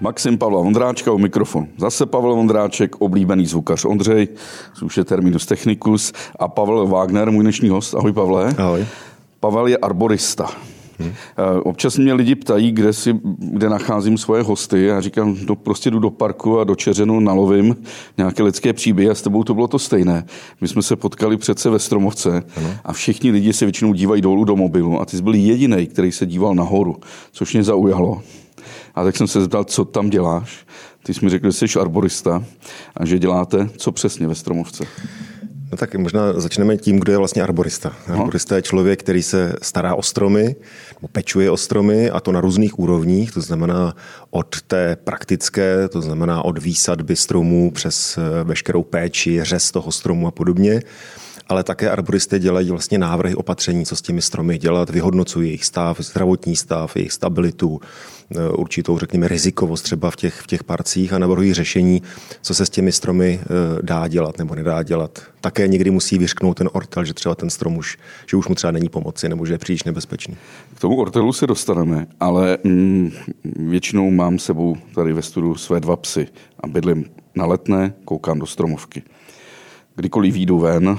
Maxim Pavla Vondráčka u mikrofonu. Zase Pavel Vondráček, oblíbený zvukař Ondřej, což je terminus technicus, a Pavel Wagner, můj dnešní host. Ahoj, Pavle. Ahoj. Pavel je arborista. Občas mě lidi ptají, kde nacházím svoje hosty. Já říkám, prostě jdu do parku a do Čeřenu nalovím nějaké lidské příběhy a s tebou to bylo to stejné. My jsme se potkali přece ve Stromovce a všichni lidi se většinou dívají dolů do mobilu a ty jsi byl jedinej, který se díval nahoru, což mě zaujalo. A tak jsem se zeptal, co tam děláš. Ty jsi mi řekl, že jsi arborista a že děláte co přesně ve Stromovce. No tak možná začneme tím, kdo je vlastně arborista. Arborista je člověk, který se stará o stromy, pečuje o stromy, a to na různých úrovních, to znamená od té praktické, to znamená od výsadby stromů přes veškerou péči, řez toho stromu a podobně. Ale také arboristé dělají vlastně návrhy opatření, co s těmi stromy dělat, vyhodnocují jejich stav, zdravotní stav, jejich stabilitu, určitou, řekněme, rizikovost třeba v těch parcích a navrhují řešení, co se s těmi stromy dá dělat nebo nedá dělat. Také někdy musí vyřknout ten ortel, že třeba ten strom už mu třeba není pomoci nebo že je příliš nebezpečný. K tomu ortelu se dostaneme, ale většinou mám s sebou tady ve studiu své 2 psy a bydlím na Letné, koukám do Stromovky. Kdykoliv vyjdu ven,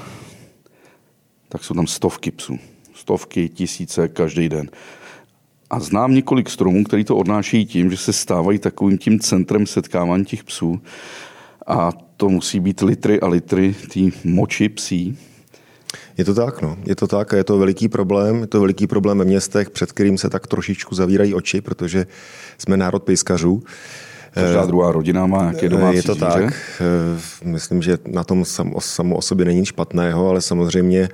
tak jsou tam stovky psů. Stovky, tisíce každý den. A znám několik stromů, který to odnášejí tím, že se stávají takovým tím centrem setkávání těch psů. A to musí být litry a litry té moči psí. Je to tak, no. Je to tak a je to veliký problém. Je to veliký problém ve městech, před kterým se tak trošičku zavírají oči, protože jsme národ pejskařů. Každá druhá rodina má nějaké domácí Je to zvíře. tak. Myslím, že na tom samo o sobě není nic špatného, ale samozřejmě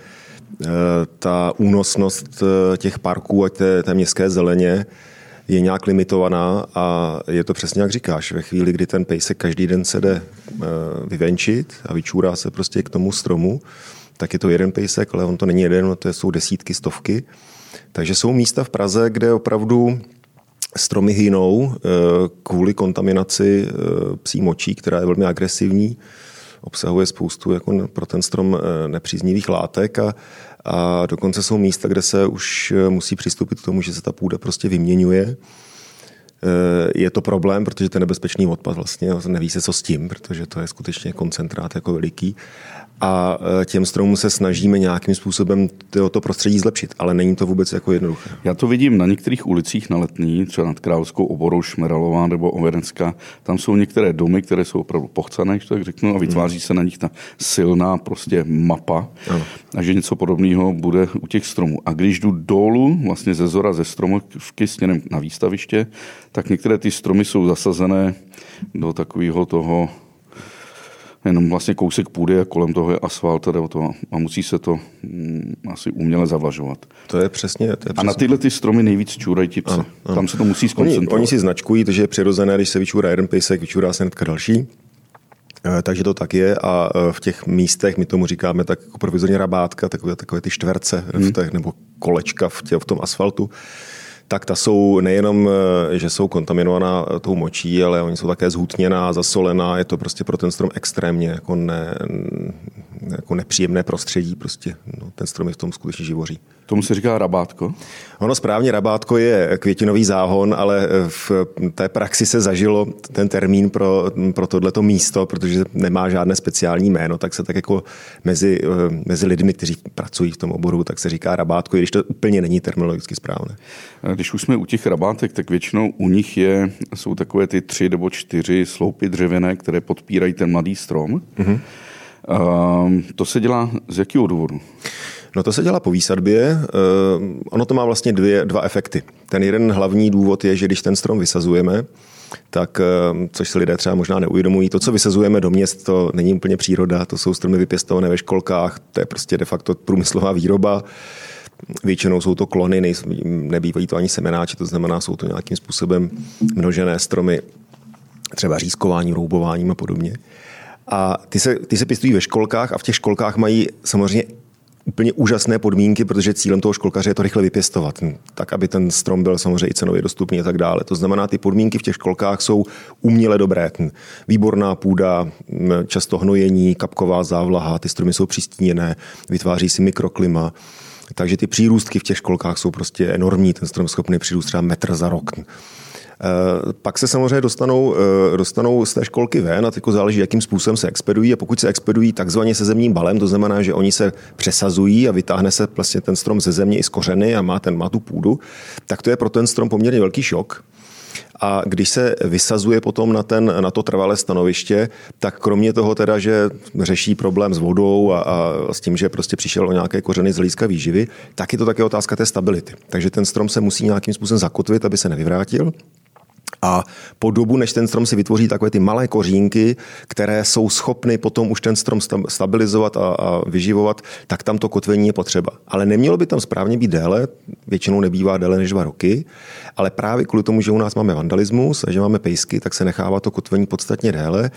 ta únosnost těch parků a té městské zeleně je nějak limitovaná a je to přesně jak říkáš. Ve chvíli, kdy ten pejsek každý den se jde vyvenčit a vyčůrá se prostě k tomu stromu, tak je to jeden pejsek, ale on to není jeden, to jsou desítky, stovky. Takže jsou místa v Praze, kde opravdu stromy hynou kvůli kontaminaci psí močí, která je velmi agresivní, obsahuje spoustu jako pro ten strom nepříznivých látek a dokonce jsou místa, kde se už musí přistoupit k tomu, že se ta půda prostě vyměňuje. Je to problém, protože to je nebezpečný odpad vlastně, neví se co s tím, protože to je skutečně koncentrát jako veliký. A těm stromům se snažíme nějakým způsobem to prostředí zlepšit, ale není to vůbec jako jednoduché. Já to vidím na některých ulicích na Letný, třeba nad Královskou oborou, Šmeralová nebo Overenská. Tam jsou některé domy, které jsou opravdu pochcané, tak řeknu, a vytváří se na nich ta silná prostě mapa. Ano. A že něco podobného bude u těch stromů. A když jdu dolů, vlastně ze zora, ze Stromovky směrem na výstaviště, tak některé ty stromy jsou zasazené do takového toho jenom vlastně kousek půdy a kolem toho je asfalt a musí se to asi uměle zavlažovat. To je přesně. A na tyhle ty stromy nejvíc čůrají ti psy. Tam se to musí zkoncentrovat. Oni si značkují, takže je přirozené, když se vyčůrá jeden pejsek, vyčůrá se hnedka další. Takže to tak je a v těch místech, my tomu říkáme tak jako provizorně rabátka, takové ty čtverce nebo kolečka v tom asfaltu, tak ta jsou nejenom, že jsou kontaminovaná tou močí, ale oni jsou také zhutněná, zasolená, je to prostě pro ten strom extrémně jako nepříjemné prostředí. Prostě, no, ten strom je v tom skutečně živoří. Tomu se říká rabátko? Ono správně, rabátko je květinový záhon, ale v té praxi se zažilo ten termín pro tohleto místo, protože nemá žádné speciální jméno, tak se tak jako mezi lidmi, kteří pracují v tom oboru, tak se říká rabátko, i když to úplně není terminologicky správné. Když už jsme u těch rabátek, tak většinou u nich jsou takové ty 3 nebo 4 sloupy dřevěné, které podpírají ten mladý strom. Mm-hmm. To se dělá z jakého důvodu? No to se dělá po výsadbě. Ono to má vlastně dva efekty. Ten jeden hlavní důvod je, že když ten strom vysazujeme, tak, což si lidé třeba možná neuvědomují, to, co vysazujeme do měst, to není úplně příroda, to jsou stromy vypěstované ve školkách, to je prostě de facto průmyslová výroba. Většinou jsou to klony, nebývají to ani semenáči, to znamená, jsou to nějakým způsobem množené stromy, třeba řízkováním, roubováním a podobně. A ty se pěstují ve školkách a v těch školkách mají samozřejmě úplně úžasné podmínky, protože cílem toho školkaře je to rychle vypěstovat, tak aby ten strom byl samozřejmě i cenově dostupný a tak dále. To znamená, ty podmínky v těch školkách jsou uměle dobré. Výborná půda, často hnojení, kapková závlaha, ty stromy jsou přistíněné, vytváří si mikroklima. Takže ty přírůstky v těch školkách jsou prostě enormní, ten strom schopný přirůst třeba metr za rok. Pak se samozřejmě dostanou z té školky ven a jako záleží, jakým způsobem se expedují. A pokud se expedují takzvaně se zemním balem, to znamená, že oni se přesazují a vytáhne se vlastně ten strom ze země i z kořeny a má tu půdu, tak to je pro ten strom poměrně velký šok. A když se vysazuje potom na to trvalé stanoviště, tak kromě toho teda, že řeší problém s vodou a s tím, že prostě přišel o nějaké kořeny z hlediska výživy, tak je to také otázka té stability. Takže ten strom se musí nějakým způsobem zakotvit, aby se nevyvrátil. A po dobu, než ten strom si vytvoří takové ty malé kořínky, které jsou schopny potom už ten strom stabilizovat a vyživovat, tak tam to kotvení je potřeba. Ale nemělo by tam správně být déle, většinou nebývá déle než 2 roky, ale právě kvůli tomu, že u nás máme vandalismus a že máme pejsky, tak se nechává to kotvení podstatně déle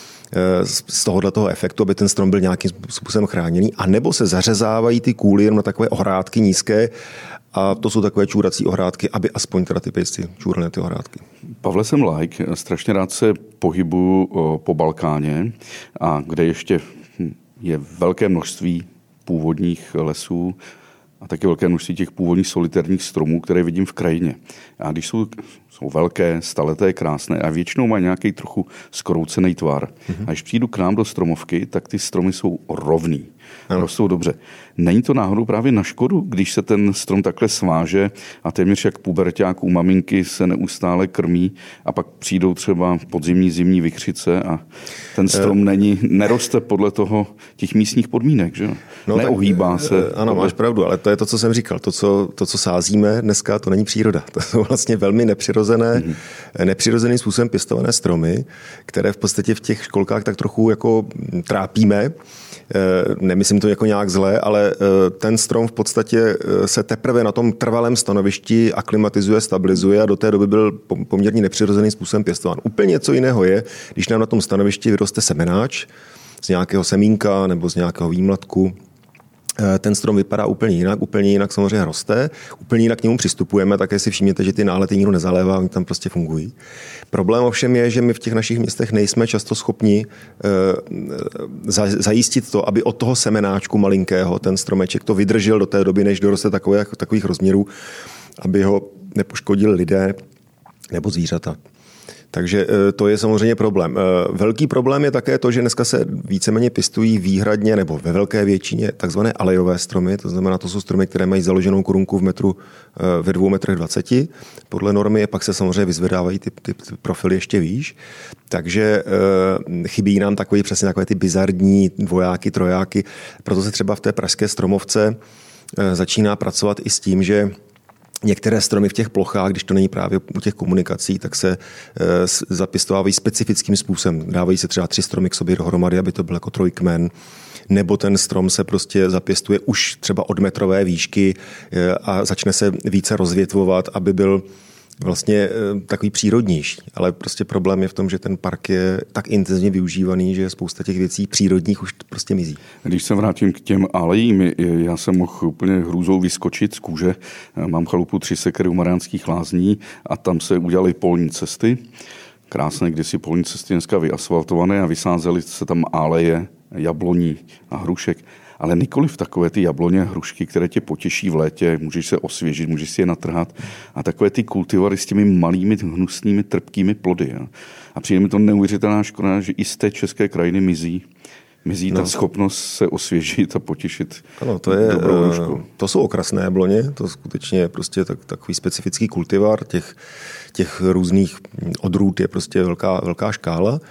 z tohoto efektu, aby ten strom byl nějakým způsobem chráněný, a nebo se zařezávají ty kůly jenom na takové ohrádky nízké, a to jsou takové čůrací ohrádky, aby aspoň teda ty pejsci čůrali na ty ohrádky. Pavle, jsem laik, strašně rád se pohybuju po Balkáně, a kde ještě je velké množství původních lesů a taky velké množství těch původních solitérních stromů, které vidím v krajině. A když jsou velké, staleté, krásné a většinou mají nějaký trochu zkroucený tvar. A když přijdu k nám do stromovky, tak ty stromy jsou rovný. Rostou dobře. Není to náhodou právě na škodu, když se ten strom takhle sváže a téměř jak puberťák u maminky se neustále krmí a pak přijdou třeba podzimní, zimní vichřice a ten strom neroste podle toho těch místních podmínek, že? Neohýbá se. Ano, máš pravdu, ale to je to, co jsem říkal. To, co sázíme dneska, to není příroda. To jsou vlastně velmi nepřirozeným způsobem pěstované stromy, které v podstatě v těch školkách tak trochu jako trápíme. Nemyslím to jako nějak zle, ale ten strom v podstatě se teprve na tom trvalém stanovišti aklimatizuje, stabilizuje a do té doby byl poměrně nepřirozeným způsobem pěstován. Úplně něco jiného je, když nám na tom stanovišti vyroste semenáč z nějakého semínka nebo z nějakého výmlatku. Ten strom vypadá úplně jinak samozřejmě roste, úplně jinak k němu přistupujeme, také si všimněte, že ty nálety nikdo nezalévá, oni tam prostě fungují. Problém ovšem je, že my v těch našich městech nejsme často schopni zajistit to, aby od toho semenáčku malinkého ten stromeček to vydržel do té doby, než doroste takových rozměrů, aby ho nepoškodili lidé nebo zvířata. Takže to je samozřejmě problém. Velký problém je také to, že dneska se víceméně pěstují výhradně nebo ve velké většině takzvané alejové stromy, to znamená, to jsou stromy, které mají založenou korunku ve 2,20 m. Podle normy pak se samozřejmě vyzvedávají ty profily ještě výš. Takže chybí nám přesně takové ty bizarní dvojáky, trojáky. Proto se třeba v té pražské stromovce začíná pracovat i s tím, že některé stromy v těch plochách, když to není právě u těch komunikací, tak se zapěstovávají specifickým způsobem. Dávají se třeba 3 stromy k sobě dohromady, aby to byl jako trojkmen, nebo ten strom se prostě zapěstuje už třeba od metrové výšky a začne se více rozvětvovat, aby byl vlastně takový přírodnější. Ale prostě problém je v tom, že ten park je tak intenzivně využívaný, že spousta těch věcí přírodních už prostě mizí. Když se vrátím k těm alejím, já jsem mohl úplně hrůzou vyskočit z kůže. Mám chalupu 3 sekery u Mariánských Lázní a tam se udělaly polní cesty. Krásné kdysi polní cesty, dneska vyasfaltované, a vysázely se tam aleje, jabloní a hrušek. Ale nikoliv takové ty jabloně a hrušky, které tě potěší v létě, můžeš se osvěžit, můžeš si je natrhat, a takové ty kultivary s těmi malými, hnusnými, trpkými plody. Jo. A přijde mi to neuvěřitelná škoda, že i z té české krajiny mizí ta schopnost se osvěžit a potěšit. Ano, to jsou okrasné jabloně, to skutečně je prostě takový specifický kultivar, těch různých odrůd je prostě velká škála.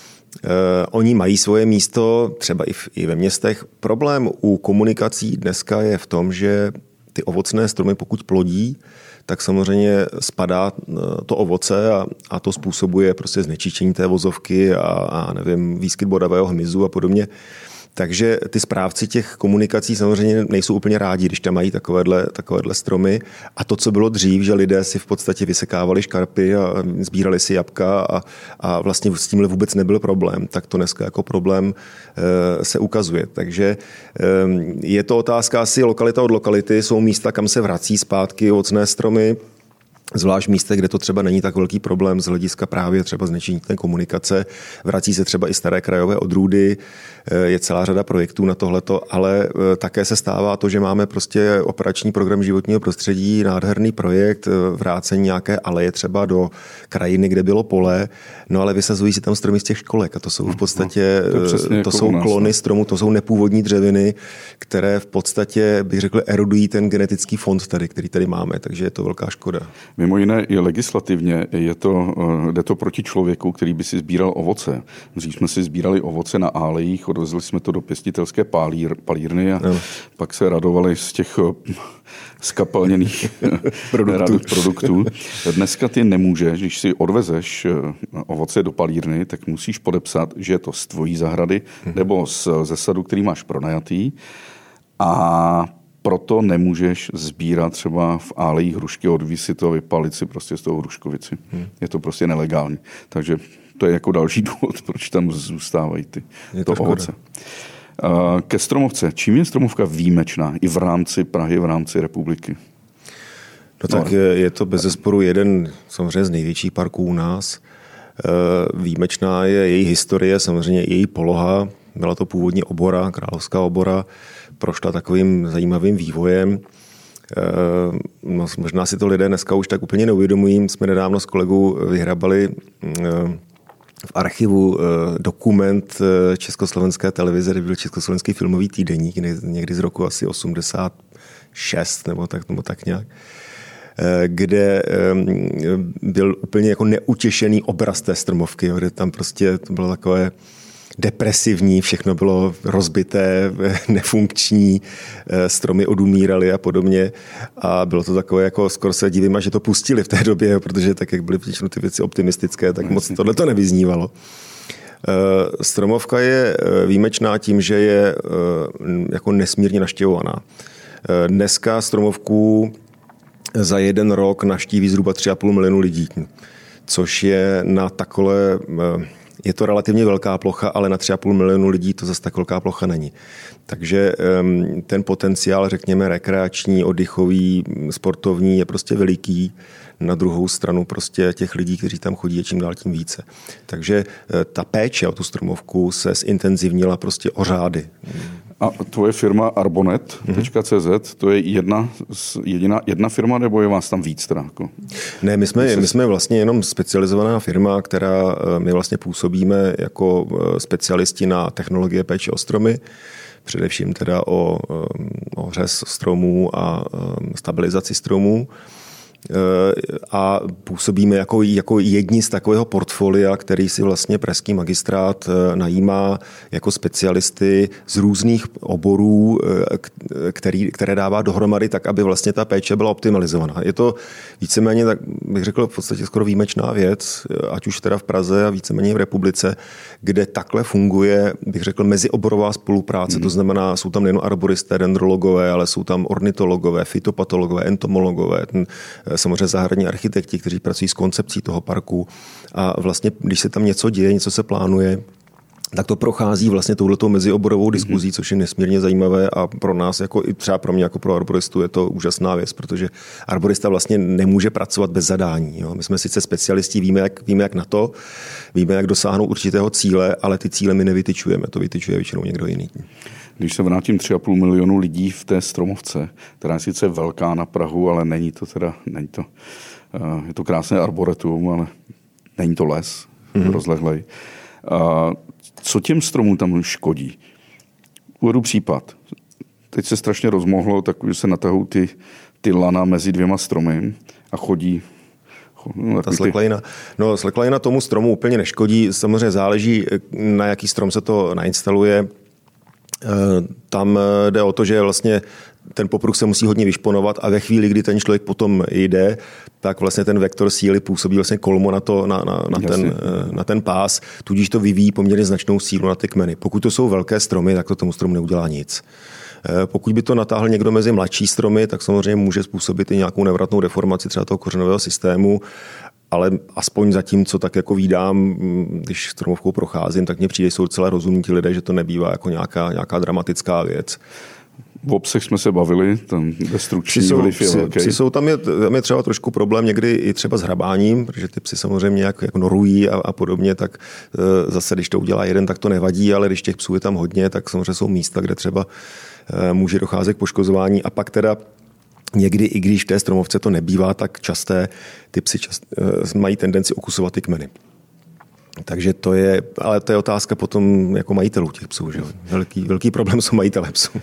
Oni mají svoje místo třeba i ve městech. Problém u komunikací dneska je v tom, že ty ovocné stromy, pokud plodí, tak samozřejmě spadá to ovoce a to způsobuje prostě znečištění té vozovky a nevím, výskyt bodavého hmyzu a podobně. Takže ty správci těch komunikací samozřejmě nejsou úplně rádi, když tam mají takovéhle stromy. A to, co bylo dřív, že lidé si v podstatě vysekávali škarpy a sbírali si jabka a vlastně s tímhle vůbec nebyl problém, tak to dneska jako problém se ukazuje. Takže je to otázka asi lokalita od lokality. Jsou místa, kam se vrací zpátky ovocné stromy. Zvlášť v místech, kde to třeba není tak velký problém z hlediska právě třeba znečištění komunikace. Vrací se třeba i staré krajové odrůdy, je celá řada projektů na tohleto, ale také se stává to, že máme prostě operační program životního prostředí, nádherný projekt, vrácení nějaké aleje třeba do krajiny, kde bylo pole, no ale vysazují si tam stromy z těch školek a to jsou v podstatě, to jsou klony stromů, to jsou nepůvodní dřeviny, které v podstatě, bych řekl, erodují ten genetický fond tady, který tady máme, takže je to velká škoda. Mimo jiné i legislativně jde to proti člověku, který by si sbíral ovoce. Dřív jsme si sbírali ovoce na álejích, odvezli jsme to do pěstitelské palírny a pak se radovali z těch skapalněných produktů. Dneska ty nemůžeš, když si odvezeš ovoce do palírny, tak musíš podepsat, že je to z tvojí zahrady nebo ze sadu, který máš pronajatý, a proto nemůžeš sbírat třeba v álejích hrušky, odvísit to a vypalit si prostě z toho hruškovici. Je to prostě nelegální. Takže to je jako další důvod, proč tam zůstávají to ovoce. Ke stromovce. Čím je stromovka výjimečná i v rámci Prahy, v rámci republiky? No tak je to bezesporu jeden samozřejmě z největších parků u nás. Výjimečná je její historie, samozřejmě její poloha. Byla to původně obora, královská obora, prošla takovým zajímavým vývojem. No, možná si to lidé dneska už tak úplně neuvědomují. Jsme nedávno s kolegou vyhrabali v archivu dokument Československé televize, kde byl Československý filmový týdeník, někdy z roku asi 86 nebo tak nějak, kde byl úplně jako neutěšený obraz té stromovky, kde tam prostě to bylo takové depresivní, všechno bylo rozbité, nefunkční, stromy odumíraly a podobně. A bylo to takové, jako skoro se divím, že to pustili v té době, protože tak, jak byly většinou ty věci optimistické, tak moc tohle to nevyznívalo. Stromovka je výjimečná tím, že je jako nesmírně navštěvovaná. Dneska stromovku za jeden rok navštíví zhruba 3,5 milionu lidí, což je na takové... Je to relativně velká plocha, ale na 3,5 milionu lidí to zase tak velká plocha není. Takže ten potenciál, řekněme, rekreační, oddychový, sportovní je prostě veliký. Na druhou stranu prostě těch lidí, kteří tam chodí, je čím dál tím více. Takže ta péče o tu stromovku se zintenzivnila prostě o řády. A tvoje firma Arbonet.cz, to je jedna firma, nebo je vás tam víc? Ne, my jsme vlastně jenom specializovaná firma, která my vlastně působíme jako specialisti na technologie péče o stromy, především teda o řez stromů a stabilizaci stromů. A působíme jako jedni z takového portfolia, který si vlastně pražský magistrát najímá jako specialisty z různých oborů, které dává dohromady tak, aby vlastně ta péče byla optimalizovaná. Je to víceméně, tak bych řekl, v podstatě skoro výjimečná věc, ať už teda v Praze a víceméně v republice, kde takhle funguje, bych řekl, mezioborová spolupráce. To znamená, jsou tam nejen arboristé, dendrologové, ale jsou tam ornitologové, fytopatologové, entomologové, samozřejmě zahradní architekti, kteří pracují s koncepcí toho parku. A vlastně, když se tam něco děje, něco se plánuje, tak to prochází vlastně touhletou mezioborovou diskuzí, což je nesmírně zajímavé a pro nás, jako i třeba pro mě, jako pro arboristu, je to úžasná věc, protože arborista vlastně nemůže pracovat bez zadání. Jo. My jsme sice specialisti, víme jak na to, víme, jak dosáhnout určitého cíle, ale ty cíle my nevytyčujeme, to vytyčuje většinou někdo jiný. Když se vrátím 3,5 milionu lidí v té stromovce, která je sice velká na Prahu, ale není to, je to krásné arboretum, ale není to les, rozlehlej. Co těm stromům tam škodí? Uvedu případ. Teď se strašně rozmohlo, takže se natahují ty lana mezi dvěma stromy a chodí. Ta sleklajina. No, sleklajina tomu stromu úplně neškodí. Samozřejmě záleží, na jaký strom se to nainstaluje. Tam jde o to, že vlastně ten popruh se musí hodně vyšponovat a ve chvíli, kdy ten člověk potom jde, tak vlastně ten vektor síly působí vlastně kolmo na ten pás, tudíž to vyvíjí poměrně značnou sílu na ty kmeny. Pokud to jsou velké stromy, tak to tomu stromu neudělá nic. Pokud by to natáhl někdo mezi mladší stromy, tak samozřejmě může způsobit i nějakou nevratnou deformaci třeba toho kořenového systému, ale aspoň zatím, co tak jako vídám, když stromovkou procházím, tak mně přijde, jsou celé rozumní ti lidé, že to nebývá jako nějaká dramatická věc. V obsech jsme se bavili, ten destrukční vliv je velký. Psi jsou, tam je třeba trošku problém někdy i třeba s hrabáním, protože ty psi samozřejmě jako norují a podobně, tak zase, když to udělá jeden, tak to nevadí, ale když těch psů je tam hodně, tak samozřejmě jsou místa, kde třeba může docházet k poškozování. A pak teda někdy, i když v té stromovce to nebývá tak časté, ty psi mají tendenci okusovat ty kmeny. Takže ale to je otázka potom jako majitelů těch psů. Že? Velký problém jsou majitelé psů.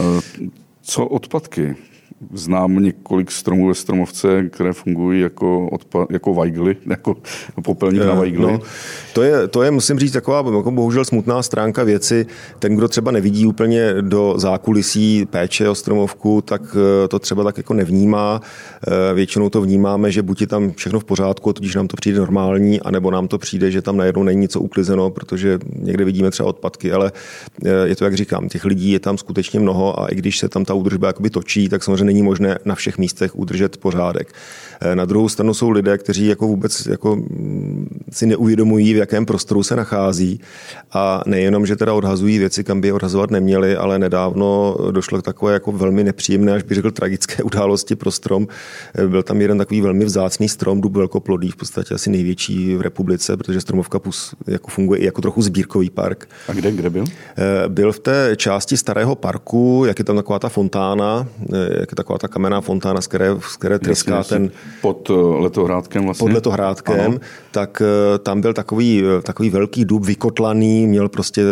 Co odpadky? Znám několik stromů ve stromovce, které fungují jako vajgly, jako popelník na vajgly. No, to je, musím říct, taková jako bohužel smutná stránka věci. Ten, kdo třeba nevidí úplně do zákulisí péče o stromovku, tak to třeba tak jako nevnímá. Většinou to vnímáme, že buď je tam všechno v pořádku, tudíž nám to přijde normální, anebo nám to přijde, že tam najednou není něco uklizeno, protože někde vidíme třeba odpadky, ale je to, jak říkám, těch lidí je tam skutečně mnoho a i když se tam ta údržba jakoby točí, tak samozřejmě není možné na všech místech udržet pořádek. Na druhou stranu jsou lidé, kteří jako vůbec jako si neuvědomují, v jakém prostoru se nachází a nejenom, že teda odhazují věci, kam by je odhazovat neměli, ale nedávno došlo k takové jako velmi nepříjemné, až bych řekl tragické události pro strom. Byl tam jeden takový velmi vzácný strom, dub velkoplodý, v podstatě asi největší v republice, protože Stromovka jako funguje i jako trochu sbírkový park. A kde byl? Byl v té části starého parku, jak je tam taková ta fontána, jak je taková ta kamenná fontána, z které tryská ten... Pod Letohrádkem vlastně? Pod Letohrádkem, ano. Tak tam byl takový velký dub vykotlaný, měl prostě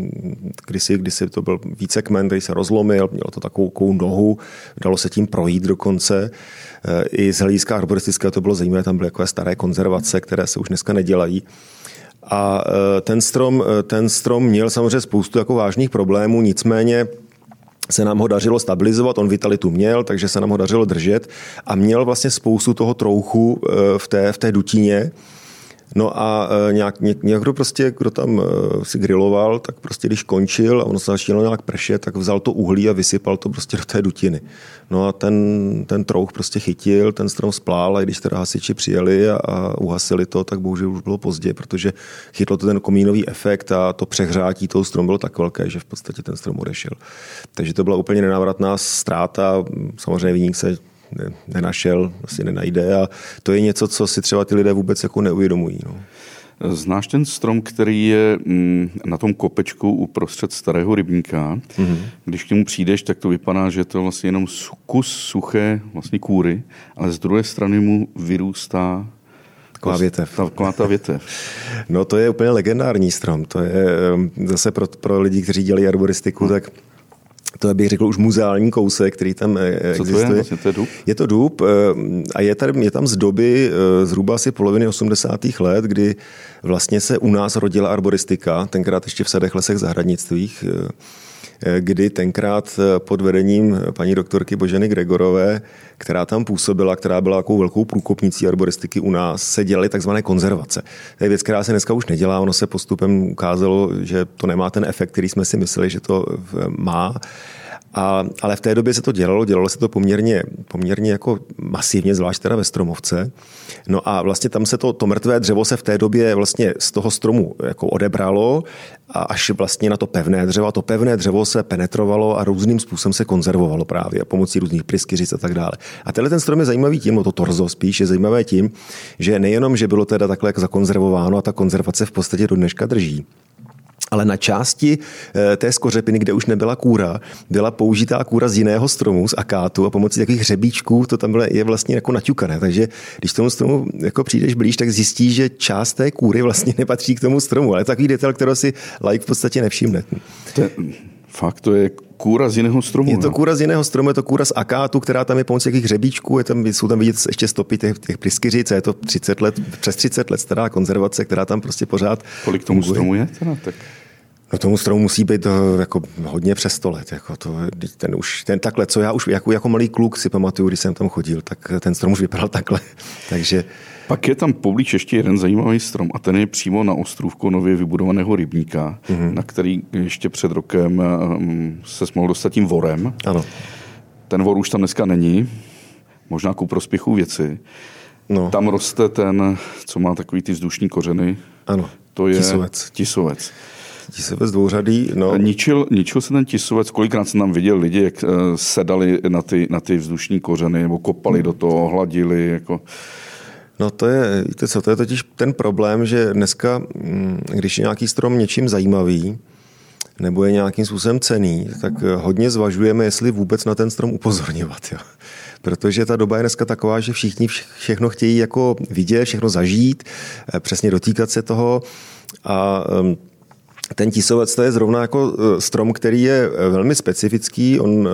kdysi to byl více kmen, který se rozlomil, mělo to takovou nohu, dalo se tím projít dokonce. I z hlediska arboristického to bylo zajímavé, tam byly takové staré konzervace, které se už dneska nedělají. A ten strom měl samozřejmě spoustu jako vážných problémů, nicméně se nám ho dařilo stabilizovat, on vitalitu měl, takže se nám ho dařilo držet a měl vlastně spoustu toho trouchu v té dutině. No a někdo prostě, kdo tam si griloval, tak prostě když končil a ono se začalo nějak pršet, tak vzal to uhlí a vysypal to prostě do té dutiny. No a ten trouch prostě chytil, ten strom splál a když teda hasiči přijeli a uhasili to, tak bohužel už bylo pozdě, protože chytlo to ten komínový efekt a to přehřátí toho stromu bylo tak velké, že v podstatě ten strom odešel. Takže to byla úplně nenávratná ztráta, samozřejmě viník se nenašel, asi nenajde a to je něco, co si třeba ty lidé vůbec jako neuvědomují. No. Znáš ten strom, který je na tom kopečku uprostřed starého rybníka? Mm-hmm. Když k němu přijdeš, tak to vypadá, že to je vlastně jenom kus suché vlastně kůry, ale z druhé strany mu vyrůstá taková větev. Taková ta větev. No to je úplně legendární strom. To je zase pro lidi, kteří dělají arboristiku, tak to bych řekl už muzeální kousek, který tam existuje. Co to je? Vlastně to je dub? Je to dub a je tam z doby zhruba asi poloviny 80. let, kdy vlastně se u nás rodila arboristika, tenkrát ještě v sadech, lesech, zahradnictvích, kdy tenkrát pod vedením paní doktorky Boženy Gregorové, která tam působila, která byla takovou velkou průkopnicí arboristiky u nás, se dělaly takzvané konzervace. To je věc, která se dneska už nedělá, ono se postupem ukázalo, že to nemá ten efekt, který jsme si mysleli, že to má. Ale v té době se to dělalo se to poměrně jako masivně, zvlášť teda ve Stromovce. No a vlastně tam se to mrtvé dřevo se v té době vlastně z toho stromu jako odebralo a až vlastně na to pevné dřevo. A to pevné dřevo se penetrovalo a různým způsobem se konzervovalo právě pomocí různých pryskyřic a tak dále. A tenhle ten strom je zajímavý tím, no to torzo spíš je zajímavé tím, že nejenom, že bylo teda takhle jak zakonzervováno a ta konzervace v podstatě do dneška drží, ale na části té skořepiny, kde už nebyla kůra, byla použitá kůra z jiného stromu, z akátu a pomocí takových hřebíčků to tam je vlastně jako naťukané. Takže když tomu stromu jako přijdeš blíž, tak zjistíš, že část té kůry vlastně nepatří k tomu stromu. Ale takový detail, kterého si laik v podstatě nevšimne. Fakt, to je kůra z jiného stromu. Je to kůra z jiného stromu, je to kůra z akátu, která tam je pomocí jakých hřebíčků, jsou tam vidět ještě stopy těch pryskyřic, je to přes 30 let stará konzervace, která tam prostě pořád. Kolik tomu stromu je teda? Tak... No tomu stromu musí být jako hodně přes 100 let. Jako ten takhle, co já už jako malý kluk si pamatuju, když jsem tam chodil, tak ten strom už vypadal takhle. Takže... Pak je tam poblíž ještě jeden zajímavý strom a ten je přímo na ostrůvku nově vybudovaného rybníka, na který ještě před rokem se mohl dostat tím vorem. Ano. Ten vor už tam dneska není, možná ku prospěchu věci. No. Tam roste ten, co má takový ty vzdušní kořeny. Ano, to je tisovec. Tisovec dvouřadý, no. Ničil se ten tisovec, kolikrát jsem tam viděl lidi, jak sedali na ty vzdušní kořeny, nebo kopali do toho, hladili, jako... No to je, víte co, to je totiž ten problém, že dneska, když je nějaký strom něčím zajímavý, nebo je nějakým způsobem cenný, tak hodně zvažujeme, jestli vůbec na ten strom upozorňovat. Jo. Protože ta doba je dneska taková, že všichni všechno chtějí jako vidět, všechno zažít, přesně dotýkat se toho a ten tisovec to je zrovna jako strom, který je velmi specifický. On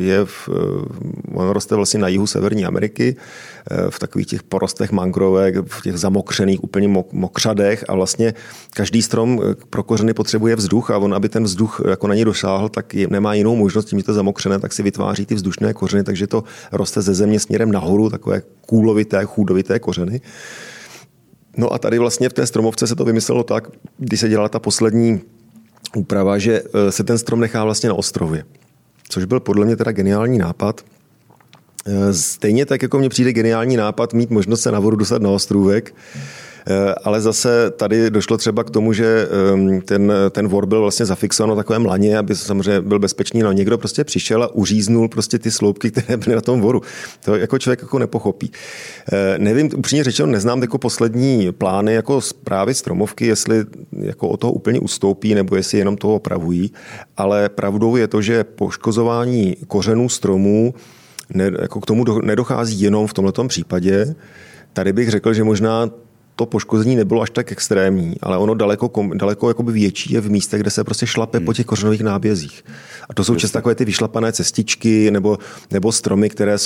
roste vlastně na jihu Severní Ameriky, v takových těch porostech mangrovek, v těch zamokřených úplně mokřadech a vlastně každý strom pro kořeny potřebuje vzduch a on, aby ten vzduch jako na něj dosáhl, tak nemá jinou možnost, tím, že to zamokřené, tak si vytváří ty vzdušné kořeny, takže to roste ze země směrem nahoru, takové kůlovité, chůdovité kořeny. No a tady vlastně v té stromovce se to vymyslelo tak, když se dělala ta poslední úprava, že se ten strom nechá vlastně na ostrově. Což byl podle mě teda geniální nápad. Stejně tak, jako mně přijde geniální nápad mít možnost se na vodu dostat na ostrůvek, ale zase tady došlo třeba k tomu, že ten vor byl vlastně zafixovan na takovém laně, aby samozřejmě byl bezpečný, no někdo prostě přišel a uříznul prostě ty sloupky, které byly na tom voru. To jako člověk jako nepochopí. Nevím, upřímně řečeno, neznám jako poslední plány jako zprávy stromovky, jestli jako od toho úplně ustoupí, nebo jestli jenom toho opravují, ale pravdou je to, že poškozování kořenů stromů jako k tomu nedochází jenom v tomhletom případě. Tady bych řekl, že možná to poškození nebylo až tak extrémní, ale ono daleko jakoby větší je v místech, kde se prostě šlape po těch kořenových nábězích. A to jsou často takové ty vyšlapané cestičky nebo stromy, které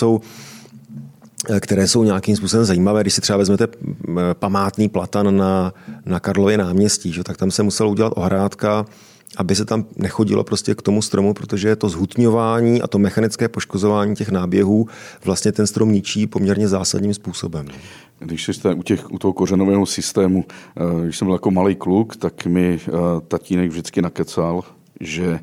jsou nějakým způsobem zajímavé. Když si třeba vezmete památný platan na Karlově náměstí, že, tak tam se muselo udělat ohrádka, aby se tam nechodilo prostě k tomu stromu, protože to zhutňování a to mechanické poškozování těch náběhů vlastně ten strom ničí poměrně zásadním způsobem. Když jste u toho kořenového systému, když jsem byl jako malý kluk, tak mi tatínek vždycky nakecal, že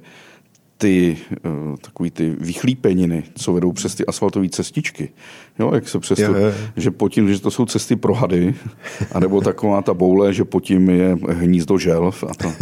takový ty vychlípeniny, co vedou přes ty asfaltové cestičky, jo, jak se přesto, že pod tím, že to jsou cesty pro hady, anebo taková ta boule, že pod tím je hnízdo želv a to.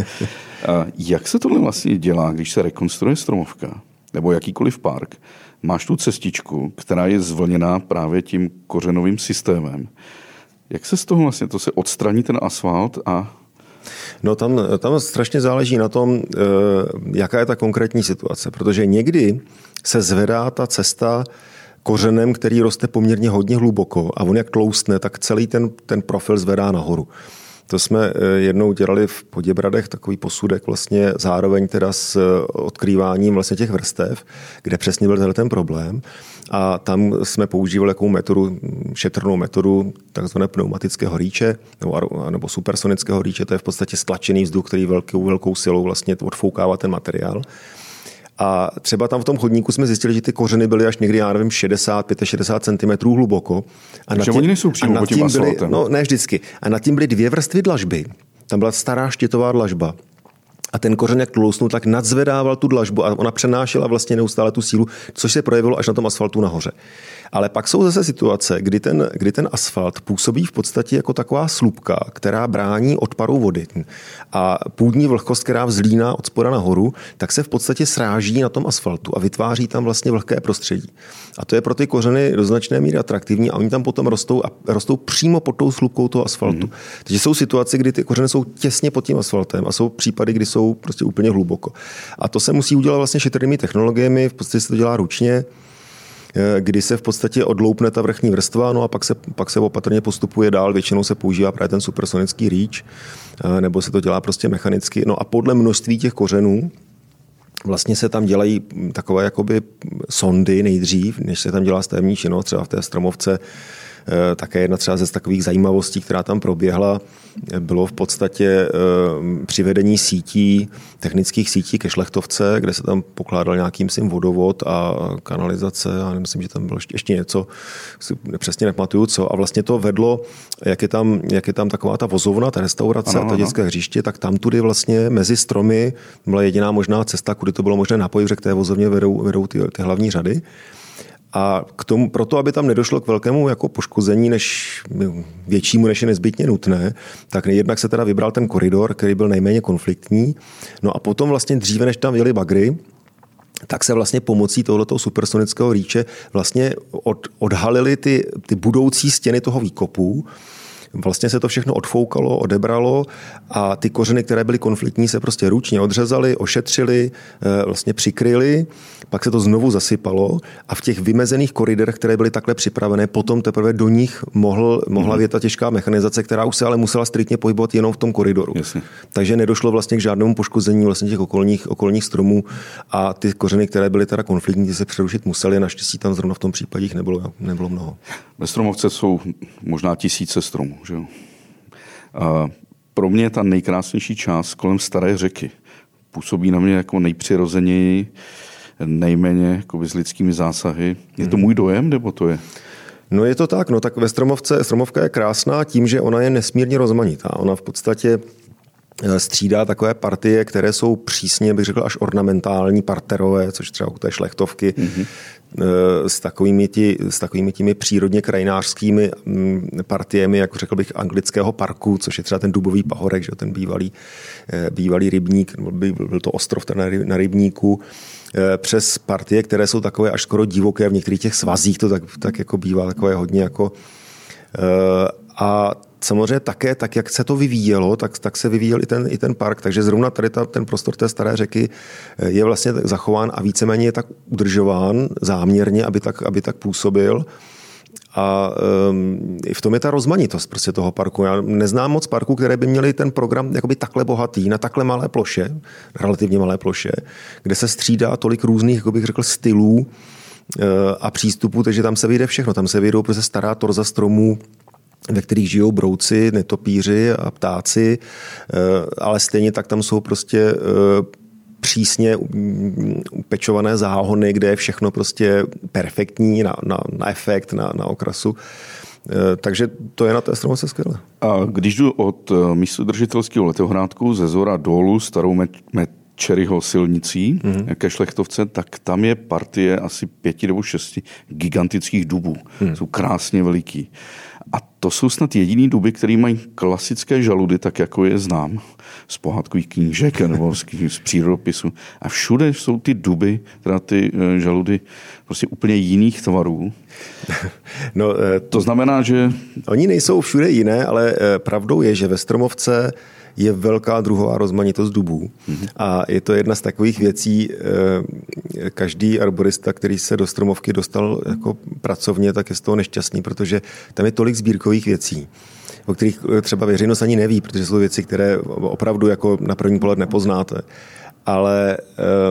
Jak se tohle vlastně dělá, když se rekonstruuje stromovka, nebo jakýkoliv park? Máš tu cestičku, která je zvlněná právě tím kořenovým systémem. Jak se z toho vlastně, to se odstraní ten asfalt a... No tam strašně záleží na tom, jaká je ta konkrétní situace, protože někdy se zvedá ta cesta kořenem, který roste poměrně hodně hluboko a on jak tloustne, tak celý ten profil zvedá nahoru. To jsme jednou dělali v Poděbradech, takový posudek vlastně zároveň teda s odkrýváním vlastně těch vrstev, kde přesně byl ten problém. A tam jsme používali jakou metodu, šetrnou metodu takzvané pneumatického rýče nebo supersonického rýče. To je v podstatě stlačený vzduch, který velkou silou vlastně odfoukává ten materiál. A třeba tam v tom chodníku jsme zjistili, že ty kořeny byly až někdy, 65 cm hluboko. Takže oni nejsou přímo pod tím asfaltem. No, ne vždycky. A nad tím byly 2 vrstvy dlažby. Tam byla stará štětová dlažba. A ten kořen, jak tlousnul, tak nadzvedával tu dlažbu a ona přenášela vlastně neustále tu sílu, což se projevilo až na tom asfaltu nahoře. Ale pak jsou zase situace, kdy ten asfalt působí v podstatě jako taková slupka, která brání odparu vody. A půdní vlhkost, která vzlíná od spoda nahoru, tak se v podstatě sráží na tom asfaltu a vytváří tam vlastně vlhké prostředí. A to je pro ty kořeny do značné míry atraktivní a oni tam potom rostou přímo pod tou slupkou toho asfaltu. Takže jsou situace, kdy ty kořeny jsou těsně pod tím asfaltem a jsou případy, kdy jsou prostě úplně hluboko. A to se musí udělat vlastně šetrnými technologiemi, v podstatě se to dělá ručně, kdy se v podstatě odloupne ta vrchní vrstva, no a pak se opatrně postupuje dál, většinou se používá právě ten supersonický rýč, nebo se to dělá prostě mechanicky. No a podle množství těch kořenů vlastně se tam dělají takové jakoby sondy nejdřív, než se tam dělá stavební činnost, třeba v té stromovce. Také jedna třeba ze takových zajímavostí, která tam proběhla, bylo v podstatě přivedení technických sítí ke šlechtovce, kde se tam pokládal nějaký vodovod a kanalizace a myslím, že tam bylo ještě něco, si přesně nepamatuju co. A vlastně to vedlo, jak je tam taková ta vozovna, ta restaurace a ta dětské hřiště, tak tam tudy vlastně mezi stromy byla jediná možná cesta, kudy to bylo možné napojit, že k té vozovně vedou ty hlavní řady. A proto, aby tam nedošlo k velkému jako poškození, většímu, než je nezbytně nutné, tak jednak se teda vybral ten koridor, který byl nejméně konfliktní. No a potom vlastně dříve, než tam jeli bagry, tak se vlastně pomocí tohoto supersonického rýče vlastně odhalily ty budoucí stěny toho výkopu. Vlastně se to všechno odfoukalo, odebralo a ty kořeny, které byly konfliktní, se prostě ručně odřezaly, ošetřily, vlastně přikryly, pak se to znovu zasypalo a v těch vymezených koridorech, které byly takhle připravené, potom teprve do nich mohla vjet ta těžká mechanizace, která už se ale musela striktně pohybovat jenom v tom koridoru. Jasně. Takže nedošlo vlastně k žádnému poškození vlastně těch okolních stromů a ty kořeny, které byly teda konfliktní, ty se přerušit musely, naštěstí tam zrovna v tom případě jich nebylo mnoho. Ve Stromovce jsou možná tisíce stromů. Že jo? A pro mě je ta nejkrásnější část kolem Staré řeky. Působí na mě jako nejpřirozeněji, nejméně jako s lidskými zásahy. Je to můj dojem, nebo to je? No je to tak, tak ve Stromovka je krásná tím, že ona je nesmírně rozmanitá. Ona v podstatě střídá takové partie, které jsou přísně, bych řekl, až ornamentální, parterové, což třeba u té šlechtovky, s takovými těmi přírodně krajinářskými partiemi, jako řekl bych, anglického parku, což je třeba ten Dubový pahorek, že ten bývalý rybník, byl to ostrov na rybníku, přes partie, které jsou takové až skoro divoké, v některých těch svazích to tak jako bývá takové hodně jako a samozřejmě také, tak jak se to vyvíjelo, tak se vyvíjel i ten park, takže zrovna tady ten prostor té Staré řeky je vlastně zachován a víceméně je tak udržován záměrně, aby tak působil. A i v tom je ta rozmanitost prostě toho parku. Já neznám moc parků, které by měly ten program jakoby takhle bohatý, na takhle malé ploše, relativně malé ploše, kde se střídá tolik různých, jako bych řekl, stylů a přístupů, takže tam se vyjde všechno. Tam se vyjdou prostě stará torza stromů, ve kterých žijou brouci, netopíři a ptáci, ale stejně tak tam jsou prostě přísně upečované záhony, kde je všechno prostě perfektní na efekt, na okrasu. Takže to je na té Stromovce skvělé. A když jdu od místodržitelského letohrádku ze Zora dolů Starou Mečeryho silnicí ke Šlechtovce, tak tam je partie asi 5 nebo 6 gigantických dubů. Jsou krásně veliký. A to jsou snad jediný duby, které mají klasické žaludy, tak jako je znám z pohádkových knížek nebo z přírodopisu. A všude jsou ty duby, teda ty žaludy prostě úplně jiných tvarů. No, to znamená, že... Oni nejsou všude jiné, ale pravdou je, že ve Stromovce je velká druhová rozmanitost dubů. A je to jedna z takových věcí, každý arborista, který se do Stromovky dostal jako pracovně, tak je z toho nešťastný, protože tam je tolik sbírkových věcí, o kterých třeba veřejnost ani neví, protože jsou věci, které opravdu jako na první pohled nepoznáte. Ale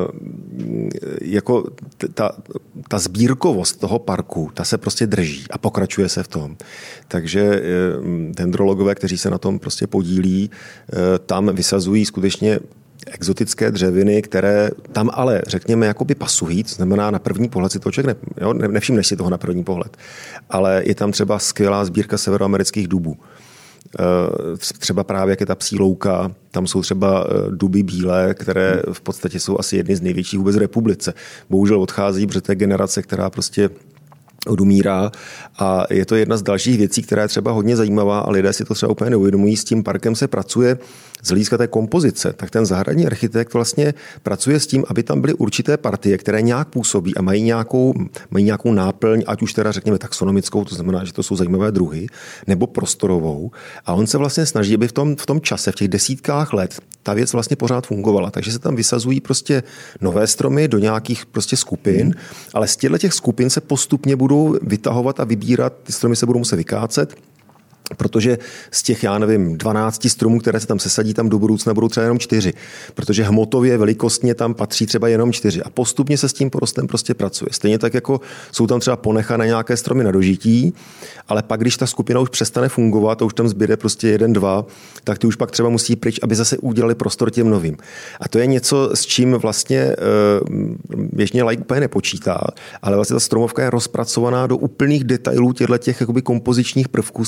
jako ta sbírkovost toho parku, ta se prostě drží a pokračuje se v tom. Takže dendrologové, kteří se na tom prostě podílí, tam vysazují skutečně exotické dřeviny, které tam ale, řekněme, jakoby pasují, to znamená na první pohled si toho člověk nevšimneš si toho na první pohled. Ale je tam třeba skvělá sbírka severoamerických dubů. Třeba právě jak je ta Psí louka, tam jsou třeba duby bílé, které v podstatě jsou asi jedny z největších vůbec v republice. Bohužel odchází, protože to je generace, která prostě odumírá a je to jedna z dalších věcí, která je třeba hodně zajímavá a lidé si to třeba úplně neuvědomují. S tím parkem se pracuje z hlediska té kompozice, tak ten zahradní architekt vlastně pracuje s tím, aby tam byly určité partie, které nějak působí a mají nějakou náplň, ať už teda řekněme taxonomickou, to znamená, že to jsou zajímavé druhy, nebo prostorovou. A on se vlastně snaží, aby v tom čase, v těch desítkách let, ta věc vlastně pořád fungovala. Takže se tam vysazují prostě nové stromy do nějakých prostě skupin, ale z těch skupin se postupně budou vytahovat a vybírat, ty stromy se budou muset vykácet, protože z těch, 12 stromů, které se tam sesadí, tam do budoucna budou třeba jenom 4, protože hmotově, velikostně tam patří třeba jenom 4 a postupně se s tím porostem prostě pracuje. Stejně tak, jako jsou tam třeba ponechané nějaké stromy na dožití, ale pak, když ta skupina už přestane fungovat a už tam zbyde prostě 1, 2, tak ty už pak třeba musí pryč, aby zase udělali prostor těm novým. A to je něco, s čím vlastně běžně laik úplně nepočítá, ale vlastně ta stromovka je rozpracovaná do úplných detailů těch jakoby kompozičních prvků, s kterými se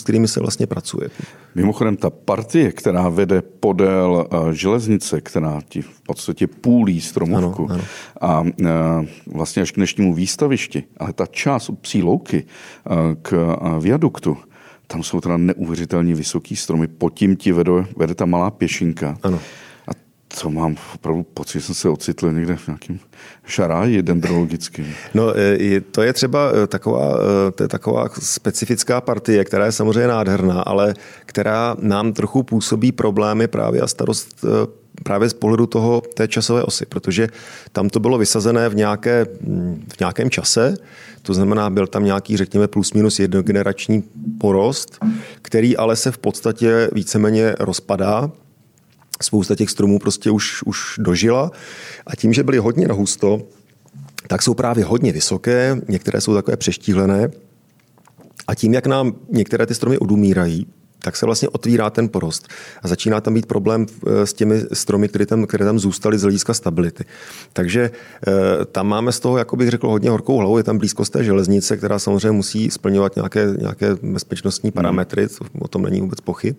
vlastně pracuje. Mimochodem ta partie, která vede podél železnice, která ti v podstatě půlí stromovku ano. a vlastně až k dnešnímu výstavišti, ale ta část od Psí louky k viaduktu, tam jsou teda neuvěřitelně vysoký stromy, pod tím ti vede ta malá pěšinka. Ano. A to mám opravdu pocit, že jsem se ocitl někde v nějakém šaráji dendrologickým. No, to je třeba taková specifická partie, která je samozřejmě nádherná, ale která nám trochu působí problémy právě a starost právě z pohledu té časové osy, protože tam to bylo vysazené v nějakém čase, to znamená, byl tam nějaký, řekněme, plus minus jednogenerační porost, který ale se v podstatě víceméně rozpadá. Spousta těch stromů prostě už dožila a tím, že byly hodně nahusto, tak jsou právě hodně vysoké, některé jsou takové přeštíhlené a tím, jak nám některé ty stromy odumírají, tak se vlastně otvírá ten porost a začíná tam být problém s těmi stromy, které tam zůstaly z hlediska stability. Takže tam máme z toho, jako bych řekl, hodně horkou hlavu. Je tam blízkost té železnice, která samozřejmě musí splňovat nějaké bezpečnostní parametry, o tom není vůbec pochyb.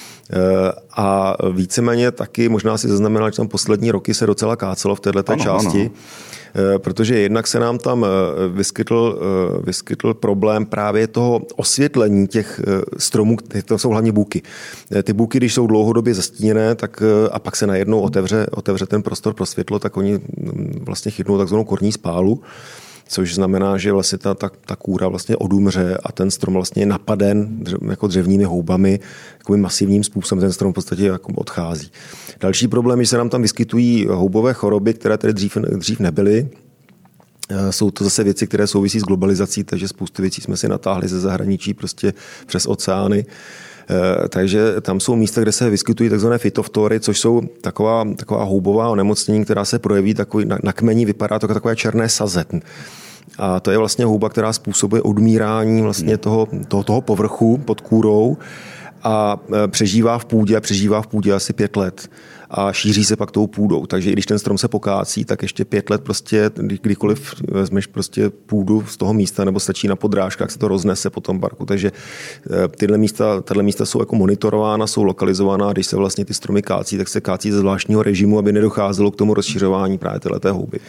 A víceméně taky možná si zaznamenal, že tam poslední roky se docela kácelo v této části, ano. Protože jednak se nám tam vyskytl problém právě toho osvětlení těch stromů, to jsou hlavně bůky. Ty bůky, když jsou dlouhodobě zastíněné, tak a pak se najednou otevře ten prostor pro světlo, tak oni vlastně chytnou takzvanou korní spálu, což znamená, že vlastně ta kůra vlastně odumře a ten strom vlastně je napaden jako dřevními houbami, takovým masivním způsobem ten strom v podstatě jako odchází. Další problém je, že se nám tam vyskytují houbové choroby, které tady dřív nebyly. Jsou to zase věci, které souvisí s globalizací, takže spoustu věcí jsme si natáhli ze zahraničí prostě přes oceány. Takže tam jsou místa, kde se vyskytují takzvané fytoftory, což jsou taková houbová onemocnění, která se projeví takový, na kmeni vypadá to jako takové černé saze. A to je vlastně houba, která způsobuje odmírání vlastně toho povrchu pod kůrou a přežívá v půdě asi 5 let a šíří se pak tou půdou. Takže i když ten strom se pokácí, tak ještě 5 let prostě, kdykoliv vezmeš prostě půdu z toho místa nebo stačí na podrážkách, se to roznese po tom parku. Takže tato místa jsou jako monitorována, jsou lokalizována, když se vlastně ty stromy kácí, tak se kácí ze zvláštního režimu, aby nedocházelo k tomu rozšiřování právě této houby.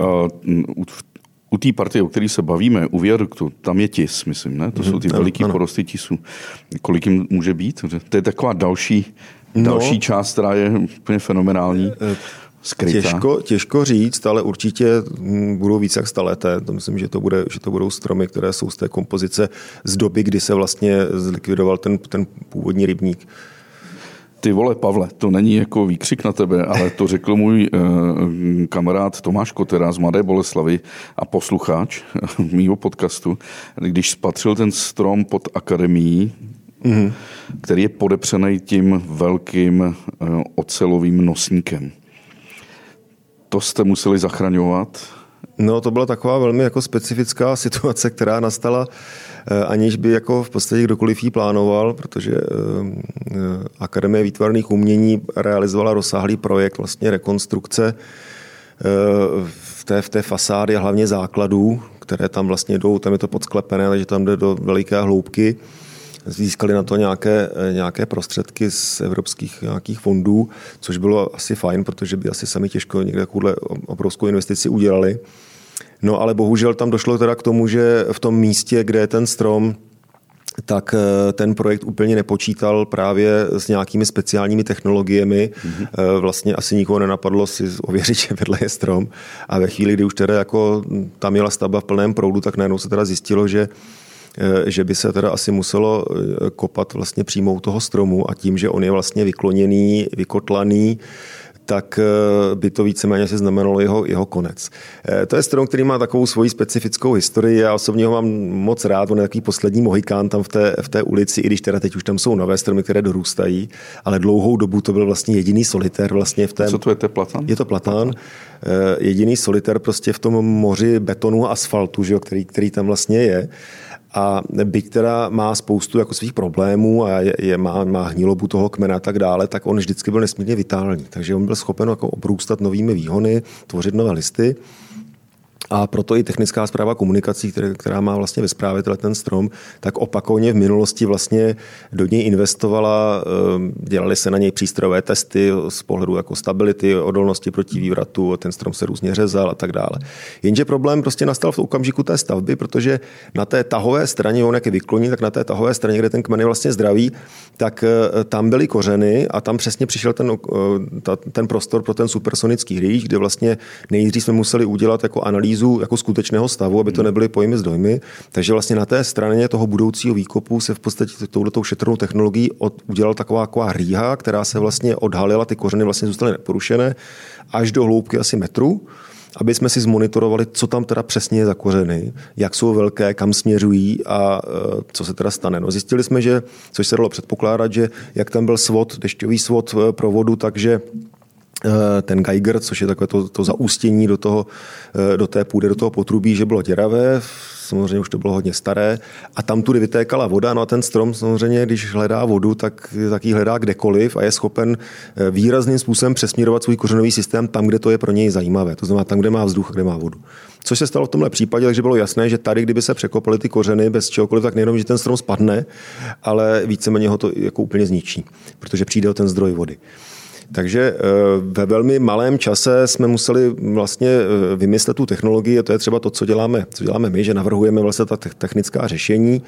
U té partie, o které se bavíme, u viaduktu, tam je tis, myslím, ne? To jsou ty veliký porosty tisů. Kolik jim může být? To je taková další část, která je úplně fenomenální, skrytá. Těžko říct, ale určitě budou víc jak 100 leté. To myslím, že to budou stromy, které jsou z té kompozice z doby, kdy se vlastně zlikvidoval ten původní rybník. Ty vole, Pavle, to není jako výkřik na tebe, ale to řekl můj kamarád Tomáš Kotera z Mladé Boleslavi a posluchač mýho podcastu, když spatřil ten strom pod akademií, který je podepřený tím velkým ocelovým nosníkem. To jste museli zachraňovat? No, to byla taková velmi jako specifická situace, která nastala, aniž by jako v podstatě kdokoliv jí plánoval, protože Akademie výtvarných umění realizovala rozsáhlý projekt vlastně rekonstrukce v té fasádě, hlavně základů, které tam vlastně jdou, tam je to podsklepené, takže tam jde do veliké hloubky. Získali na to nějaké prostředky z evropských nějakých fondů, což bylo asi fajn, protože by asi sami těžko někde takovouhle obrovskou investici udělali. No ale bohužel tam došlo teda k tomu, že v tom místě, kde je ten strom, tak ten projekt úplně nepočítal právě s nějakými speciálními technologiemi. Vlastně asi nikoho nenapadlo si ověřit, že vedle je strom. A ve chvíli, kdy už teda jako tam jela stavba v plném proudu, tak najednou se teda zjistilo, že by se teda asi muselo kopat vlastně přímo u toho stromu a tím, že on je vlastně vykloněný, vykotlaný, tak by to víceméně se znamenalo jeho konec. To je strom, který má takovou svoji specifickou historii. Já osobně ho mám moc rád, on je takový poslední mohikán tam v té ulici, i když teda teď už tam jsou nové stromy, které dorůstají, ale dlouhou dobu to byl vlastně jediný solitér vlastně v té. Co to je platán? Je to platán. Jediný solitér prostě v tom moři betonu a asfaltu, že jo, který tam vlastně je. A byť teda má spoustu jako svých problémů a má hnilobu toho kmena a tak dále, tak on vždycky byl nesmírně vitální. Takže on byl schopen jako obrůstat novými výhony, tvořit nové listy. A proto i technická správa komunikací, která má vlastně ve správě ten strom, tak opakovaně v minulosti vlastně do něj investovala, dělali se na něj přístrojové testy z pohledu jako stability, odolnosti proti vývratu, ten strom se různě řezal a tak dále. Jenže problém prostě nastal v okamžiku té stavby, protože na té tahové straně, on jak je vykloní, tak na té tahové straně, kde ten kmen je vlastně zdravý, tak tam byly kořeny a tam přesně přišel ten prostor pro ten supersonický hříč, kde vlastně nejdřív jsme museli udělat jako analýzu jako skutečného stavu, aby to nebyly pojmy s dojmy. Takže vlastně na té straně toho budoucího výkopu se v podstatě touhletou šetrnou technologií udělala taková rýha, která se vlastně odhalila, ty kořeny vlastně zůstaly neporušené až do hloubky asi metru, aby jsme si zmonitorovali, co tam teda přesně je za kořeny, jak jsou velké, kam směřují a co se teda stane. No, zjistili jsme, že, což se dalo předpokládat, že jak tam byl svod, dešťový svod provodu, takže ten Geiger, což je takové to zaústění do té půdy, do toho potrubí, že bylo děravé, samozřejmě už to bylo hodně staré a tam tudy vytékala voda, no a ten strom samozřejmě, když hledá vodu, tak ji hledá kdekoliv a je schopen výrazným způsobem přesměrovat svůj kořenový systém tam, kde to je pro něj zajímavé, to znamená tam, kde má vzduch a kde má vodu. Což se stalo v tomhle případě, takže bylo jasné, že tady, kdyby se překopaly ty kořeny bez čehokoliv, tak nejenom, že ten strom spadne, ale víceméně ho to jako úplně zničí, protože přijde o ten zdroj vody. Takže ve velmi malém čase jsme museli vlastně vymyslet tu technologii a to je třeba to, co děláme my, že navrhujeme vlastně ta technická řešení,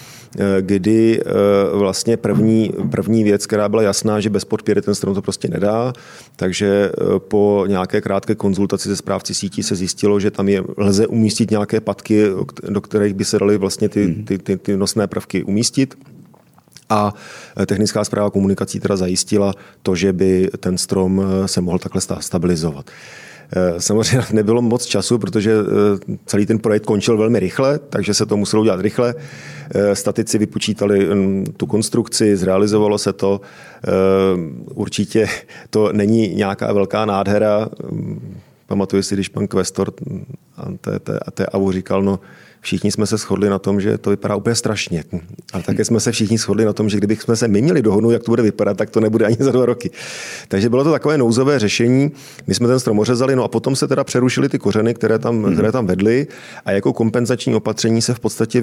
kdy vlastně první věc, která byla jasná, že bez podpěry ten strom to prostě nedá, takže po nějaké krátké konzultaci se správci sítí se zjistilo, že tam lze umístit nějaké patky, do kterých by se daly vlastně ty nosné prvky umístit. A technická správa komunikací teda zajistila to, že by ten strom se mohl takhle stabilizovat. Samozřejmě nebylo moc času, protože celý ten projekt končil velmi rychle, takže se to muselo udělat rychle. Statici vypočítali tu konstrukci, zrealizovalo se to. Určitě to není nějaká velká nádhera. Pamatuju si, když pan kvestor té AVU říkal, no všichni jsme se shodli na tom, že to vypadá úplně strašně. Ale také jsme se všichni shodli na tom, že kdybychom se my měli dohodnout, jak to bude vypadat, tak to nebude ani za 2 roky. Takže bylo to takové nouzové řešení. My jsme ten strom ořezali, no a potom se teda přerušily ty kořeny, které tam vedly a jako kompenzační opatření se v podstatě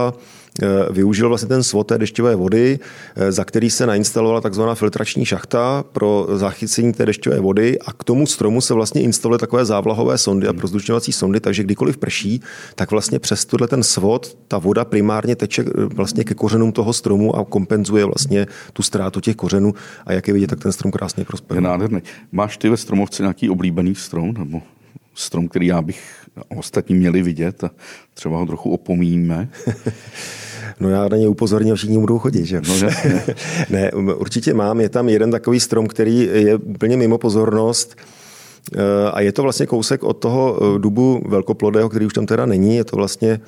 využil vlastně ten svod té dešťové vody, za který se nainstalovala takzvaná filtrační šachta pro zachycení té dešťové vody a k tomu stromu se vlastně instalovaly takové závlahové sondy a prozdušňovací sondy, takže kdykoliv prší, tak vlastně přes ten svod ta voda primárně teče vlastně ke kořenům toho stromu a kompenzuje vlastně tu ztrátu těch kořenů a jak je vidět, tak ten strom krásně prosperuje. Je nádherný. Máš ty ve stromovce nějaký oblíbený strom nebo strom, který já bych ostatní měli vidět a třeba ho trochu opomíníme? No já na ně upozorním, všichni budou chodit, že? No, že? Ne, určitě mám. Je tam jeden takový strom, který je úplně mimo pozornost a je to vlastně kousek od toho dubu velkoplodého, který už tam teda není. Je to vlastně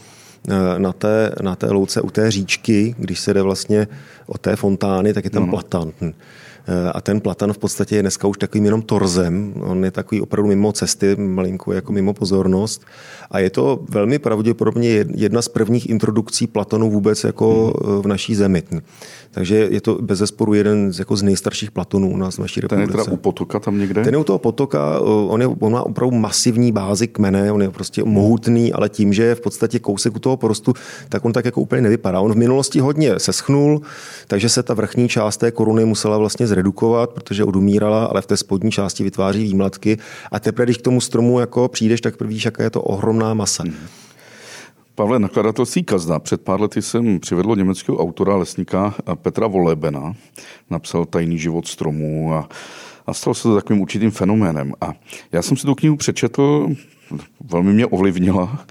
na té louce u té říčky, když se jde vlastně od té fontány, tak je tam platan. A ten platan v podstatě je dneska už takovým jenom torzem. On je takový opravdu mimo cesty, malinko jako mimo pozornost. A je to velmi pravděpodobně jedna z prvních introdukcí platanu vůbec jako v naší zemi. Takže je to bezesporu jeden z nejstarších platonů u nás v naší republice. Ten je teda u potoka tam někde? Ten je u toho potoka, on má opravdu masivní bázi kmene, on je prostě mohutný, ale tím, že je v podstatě kousek u toho porostu, tak on tak jako úplně nevypadá. On v minulosti hodně seschnul, takže se ta vrchní část té koruny musela vlastně zredukovat, protože odumírala, ale v té spodní části vytváří výmlatky a teprve, když k tomu stromu jako přijdeš, tak víš, jaká je to ohromná masa. Pavle, nakladatelství Kazda. Před pár lety jsem přivedl německého autora, lesníka Petra Wollebena. Napsal Tajný život stromů a stal se to takovým určitým fenoménem. A já jsem si tu knihu přečetl, velmi mě ovlivnila.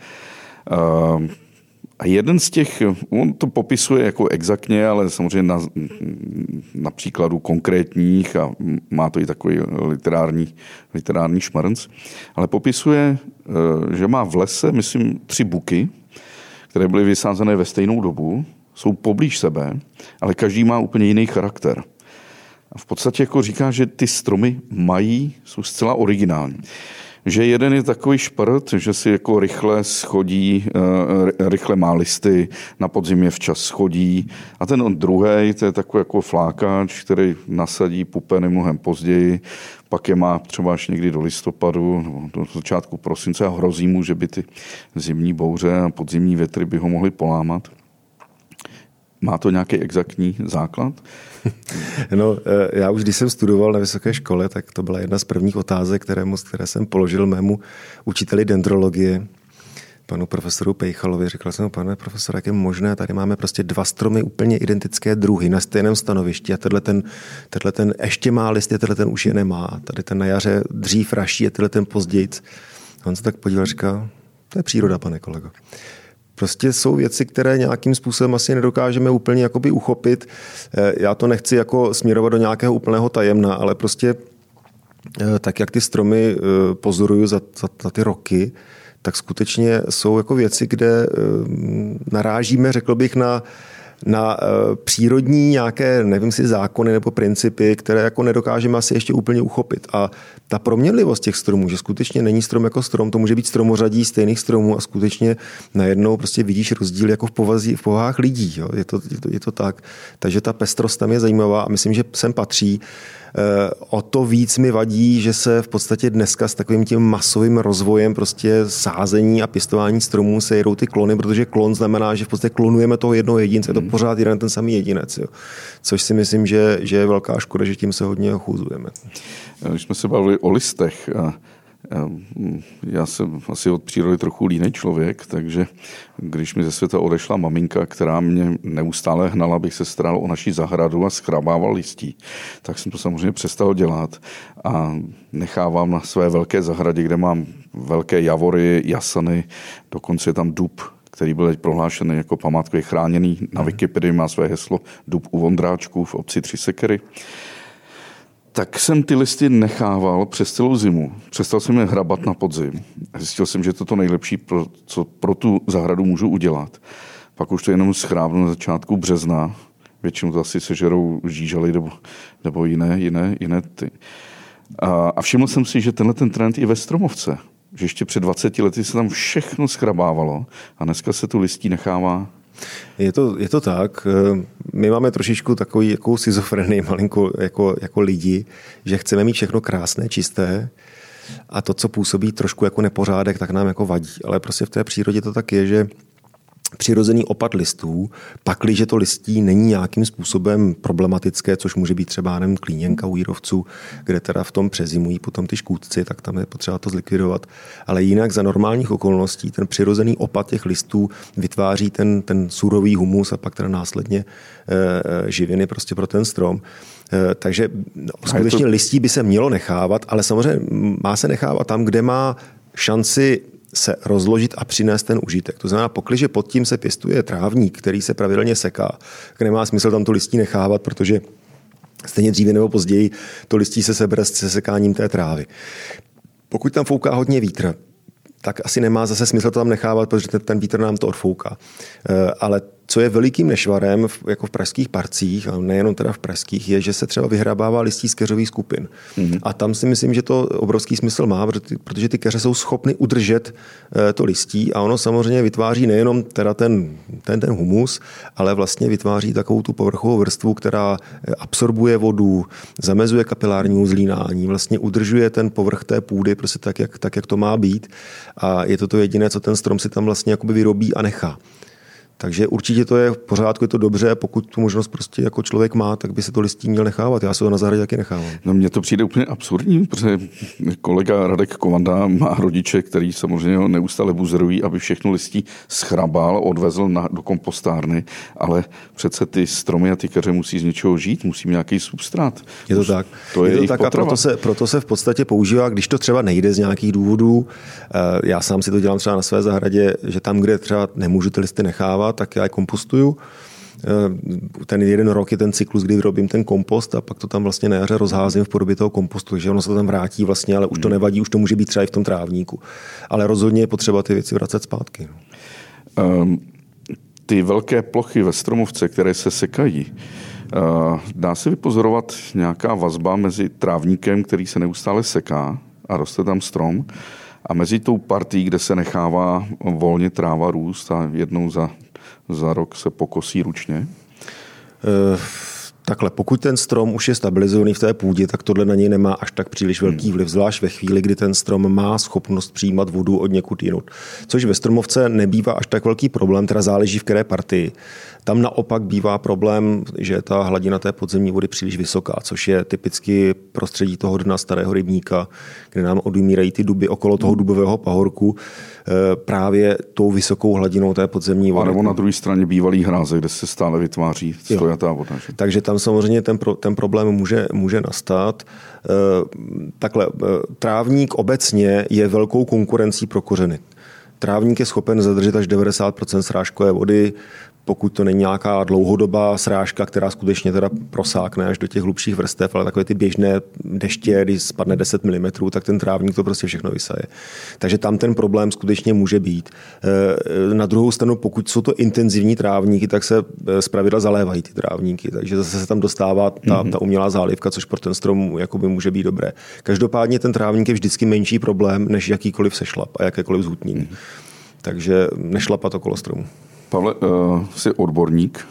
A jeden z těch, on to popisuje jako exaktně, ale samozřejmě na příkladu konkrétních a má to i takový literární šmrnc, ale popisuje, že má v lese, myslím, 3 buky, které byly vysázené ve stejnou dobu, jsou poblíž sebe, ale každý má úplně jiný charakter. A v podstatě jako říká, že ty stromy jsou zcela originální. že jeden je takový šprt, že si jako rychle schodí, rychle má listy, na podzim je včas schodí a ten druhý, to je takový jako flákač, který nasadí pupeny mnohem později, pak je má třeba až někdy do listopadu, nebo do začátku prosince a hrozí mu, že by ty zimní bouře a podzimní větry by ho mohly polámat. Má to nějaký exaktní základ? No, já už když jsem studoval na vysoké škole, tak to byla jedna z prvních otázek, které jsem položil mému učiteli dendrologie, panu profesoru Pejchalovi. Říkal jsem, pane profesor, jak je možné, tady máme prostě 2 stromy úplně identické druhy na stejném stanovišti a tenhle ten ještě má listy, tenhle ten už je nemá. Tady ten na jaře dřív raší a tenhle ten pozdějc. A on se tak podíval a říkal, to je příroda, pane kolego. Prostě jsou věci, které nějakým způsobem asi nedokážeme úplně jakoby uchopit. Já to nechci jako směrovat do nějakého úplného tajemna, ale prostě tak, jak ty stromy pozoruju za ty roky, tak skutečně jsou jako věci, kde narážíme, řekl bych, na přírodní nějaké, nevím si, zákony nebo principy, které jako nedokážeme asi ještě úplně uchopit. A ta proměnlivost těch stromů, že skutečně není strom jako strom, to může být stromořadí stejných stromů a skutečně najednou prostě vidíš rozdíl jako v povahách lidí. Jo? Je to tak. Takže ta pestrost tam je zajímavá a myslím, že sem patří. O to víc mi vadí, že se v podstatě dneska s takovým tím masovým rozvojem prostě sázení a pěstování stromů se jedou ty klony, protože klon znamená, že v podstatě klonujeme toho jednoho jedince, je to pořád jeden ten samý jedinec. Jo. Což si myslím, že je velká škoda, že tím se hodně ochuzujeme. Když jsme se bavili o listech, já jsem asi od přírody trochu línej člověk, takže když mi ze světa odešla maminka, která mě neustále hnala, abych se staral o naši zahradu a schrabával listí, tak jsem to samozřejmě přestal dělat a nechávám na své velké zahradě, kde mám velké javory, jasany, dokonce je tam dub, který byl prohlášený jako památkově chráněný. Na Wikipedii má své heslo Dub u Vondráčků v obci 3 Sekery. Tak jsem ty listy nechával přes celou zimu. Přestal jsem je hrabat na podzim. Zjistil jsem, že to je to nejlepší, co pro tu zahradu můžu udělat. Pak už to jenom schrábnu na začátku března. Většinou to asi sežerou žížaly nebo jiné ty. A všiml jsem si, že tenhle ten trend je ve stromovce. Že ještě před 20 lety se tam všechno schrabávalo a dneska se tu listí nechává. Je to tak. My máme trošičku takový jako schizofrenii malinko jako lidi, že chceme mít všechno krásné, čisté a to, co působí trošku jako nepořádek, tak nám jako vadí. Ale prostě v té přírodě to tak je, že přirozený opad listů, pakliže to listí není nějakým způsobem problematické, což může být třeba klíněnka u jírovců, kde teda v tom přezimují potom ty škůdci, tak tam je potřeba to zlikvidovat. Ale jinak za normálních okolností ten přirozený opad těch listů vytváří ten surový humus a pak teda následně živiny prostě pro ten strom. Takže skutečně listí by se mělo nechávat, ale samozřejmě má se nechávat tam, kde má šanci se rozložit a přinést ten užitek. To znamená, pokliže pod tím se pěstuje trávník, který se pravidelně seká, tak nemá smysl tam to listí nechávat, protože stejně dříve nebo později to listí se sebere se sekáním té trávy. Pokud tam fouká hodně vítr, tak asi nemá zase smysl to tam nechávat, protože ten vítr nám to odfouká. Ale co je velikým nešvarem jako v pražských parcích, a nejenom teda v pražských, je, že se třeba vyhrabává listí z keřových skupin. A tam si myslím, že to obrovský smysl má, protože ty keře jsou schopny udržet to listí a ono samozřejmě vytváří nejenom teda ten humus, ale vlastně vytváří takovou tu povrchovou vrstvu, která absorbuje vodu, zamezuje kapilární uzlínání, vlastně udržuje ten povrch té půdy prostě tak, jak to má být. A je to jediné, co ten strom si tam vlastně jakoby vyrobí a nechá. Takže určitě to je v pořádku, je to dobře, pokud tu možnost prostě jako člověk má, tak by se to listí měl nechávat. Já se to na zahradě taky nechávám. No mně to přijde úplně absurdní, protože kolega Radek Kovanda má rodiče, který samozřejmě ho neustále buzerují, aby všechno listí schrabal, odvezl do kompostárny, ale přece ty stromy a ty keře musí z něčeho žít, musí mít nějaký substrát. Je to tak. To je tak a proto se v podstatě používá, když to třeba nejde z nějakých důvodů. Já sám si to dělám třeba na své zahradě, že tam, kde třeba nemůžu ty listy nechávat, tak já je kompostuju. Ten jeden rok je ten cyklus, kdy vyrobím ten kompost a pak to tam vlastně na jaře rozházím v podobě toho kompostu, takže ono se to tam vrátí vlastně, ale už to nevadí, už to může být třeba i v tom trávníku. Ale rozhodně je potřeba ty věci vracet zpátky. Ty velké plochy ve stromovce, které se sekají, dá se vypozorovat nějaká vazba mezi trávníkem, který se neustále seká, a roste tam strom. A mezi tou partií, kde se nechává volně tráva růst a jednou za rok se pokosí ručně? Takhle, pokud ten strom už je stabilizovaný v té půdě, tak tohle na něj nemá až tak příliš velký vliv, zvlášť ve chvíli, kdy ten strom má schopnost přijímat vodu od někud jinut. Což ve stromovce nebývá až tak velký problém, teda záleží v které partii. Tam naopak bývá problém, že ta hladina té podzemní vody příliš vysoká, což je typicky prostředí toho dna starého rybníka, kde nám odumírají ty duby okolo toho dubového pahorku právě tou vysokou hladinou té podzemní vody. A nebo na druhé straně bývalý hráze, kde se stále vytváří stojatá voda. Že? Takže tam samozřejmě ten problém může nastat. Takhle, trávník obecně je velkou konkurencí pro kořeny. Trávník je schopen zadržet až 90% srážkové vody, pokud to není nějaká dlouhodobá srážka, která skutečně teda prosákne až do těch hlubších vrstev, ale takové ty běžné deště, když spadne 10 mm, tak ten trávník to prostě všechno vysaje. Takže tam ten problém skutečně může být. Na druhou stranu, pokud jsou to intenzivní trávníky, tak se zpravidla zalévají ty trávníky, takže zase se tam dostává ta umělá zálivka, což pro ten strom jakoby může být dobré. Každopádně ten trávník je vždycky menší problém, než jakýkoliv sešlap a jakékoliv zhutnění. Takže nešlapat okolo stromu. Pavle, jsi odborník,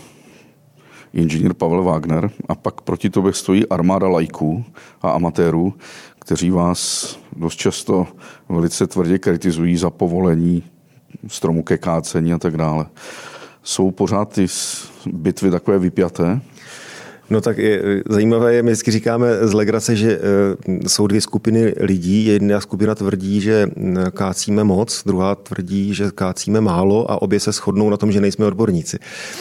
inženýr Pavel Wagner, a pak proti tobě stojí armáda laiků a amatérů, kteří vás dost často velice tvrdě kritizují za povolení stromu ke kácení a tak dále. Jsou pořád ty bitvy takové vypjaté? No tak zajímavé je, my vždycky říkáme z legrace, že jsou dvě skupiny lidí. Jedna skupina tvrdí, že kácíme moc, druhá tvrdí, že kácíme málo a obě se shodnou na tom, že nejsme odborníci.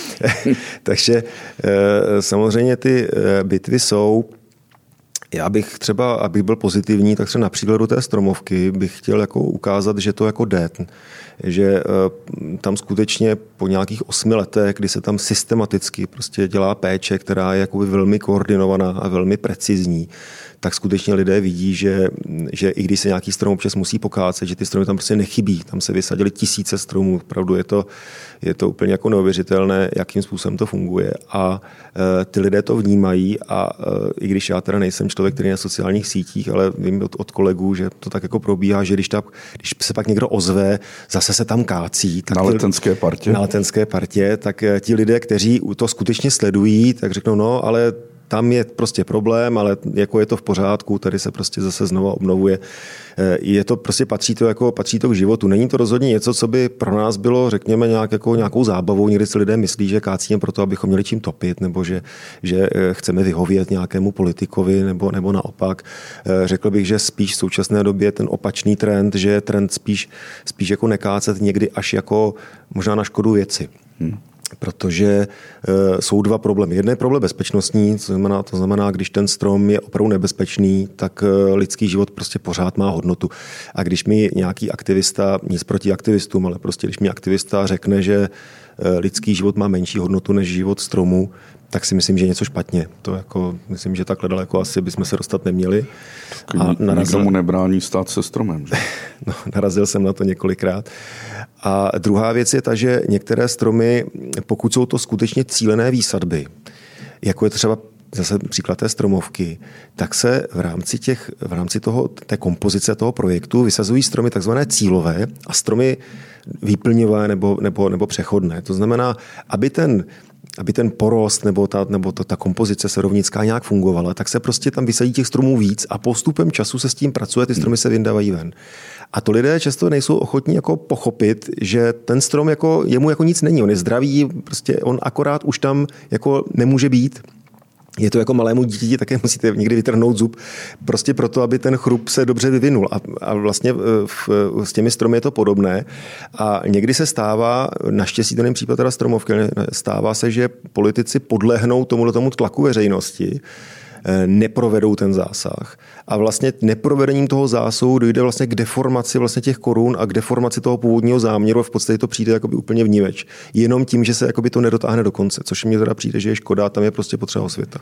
Takže samozřejmě ty bitvy jsou. Já bych třeba, abych byl pozitivní, tak třeba na příkladu té stromovky bych chtěl jako ukázat, že to jako jde. Že tam skutečně po nějakých 8 letech, kdy se tam systematicky prostě dělá péče, která je jakoby velmi koordinovaná a velmi precizní, tak skutečně lidé vidí, že i když se nějaký strom občas musí pokácet, že ty stromy tam prostě nechybí. Tam se vysadily tisíce stromů. Opravdu je to úplně jako neuvěřitelné, jakým způsobem to funguje. A ty lidé to vnímají a i když já teda nejsem člověk, který je na sociálních sítích, ale vím od kolegů, že to tak jako probíhá, že když se pak někdo ozve, zase se tam kácí. Tak na letenské partě, tak ti lidé, kteří to skutečně sledují, tak řeknou, no, ale tam je prostě problém, ale jako je to v pořádku, tady se prostě zase znova obnovuje. Je to prostě patří to k životu. Není to rozhodně něco, co by pro nás bylo, řekněme, nějakou zábavou. Někdy si lidé myslí, že kácíme proto, abychom měli čím topit, nebo že chceme vyhovět nějakému politikovi, nebo naopak. Řekl bych, že spíš v současné době ten opačný trend, že je trend spíš jako nekácet někdy až jako možná na škodu věci. Protože jsou dva problémy. Jeden je problém bezpečnostní, to znamená, když ten strom je opravdu nebezpečný, tak lidský život prostě pořád má hodnotu. A když mi nějaký aktivista, nic proti aktivistům, ale prostě když mi aktivista řekne, že lidský život má menší hodnotu než život stromu, tak si myslím, že je něco špatně. To jako, myslím, že takhle daleko asi bychom se dostat neměli. Nikdo mu nebrání stát se stromem. Že? No, narazil jsem na to několikrát. A druhá věc je ta, že některé stromy, pokud jsou to skutečně cílené výsadby, jako je třeba zase příklad té stromovky, tak se v rámci té kompozice toho projektu vysazují stromy takzvané cílové a stromy výplňové nebo přechodné. To znamená, aby ten porost nebo ta kompozice serovnická nějak fungovala, tak se prostě tam vysadí těch stromů víc a postupem času se s tím pracuje, ty stromy se vyndávají ven. A to lidé často nejsou ochotní jako pochopit, že ten strom jako, jemu jako nic není, on je zdravý, prostě on akorát už tam jako nemůže být. Je to jako malému dítěti, také musíte někdy vytrhnout zub, prostě proto, aby ten chrup se dobře vyvinul. A vlastně s těmi stromy je to podobné. A někdy se stává, naštěstí to není případ teda stromovky, stává se, že politici podlehnou tomu tlaku veřejnosti, neprovedou ten zásah. A vlastně neprovedením toho zásahu dojde vlastně k deformaci vlastně těch korun a k deformaci toho původního záměru a v podstatě to přijde jakoby úplně vníveč. Jenom tím, že se jakoby to nedotáhne do konce, což mně teda přijde, že je škoda, tam je prostě potřeba osvěta.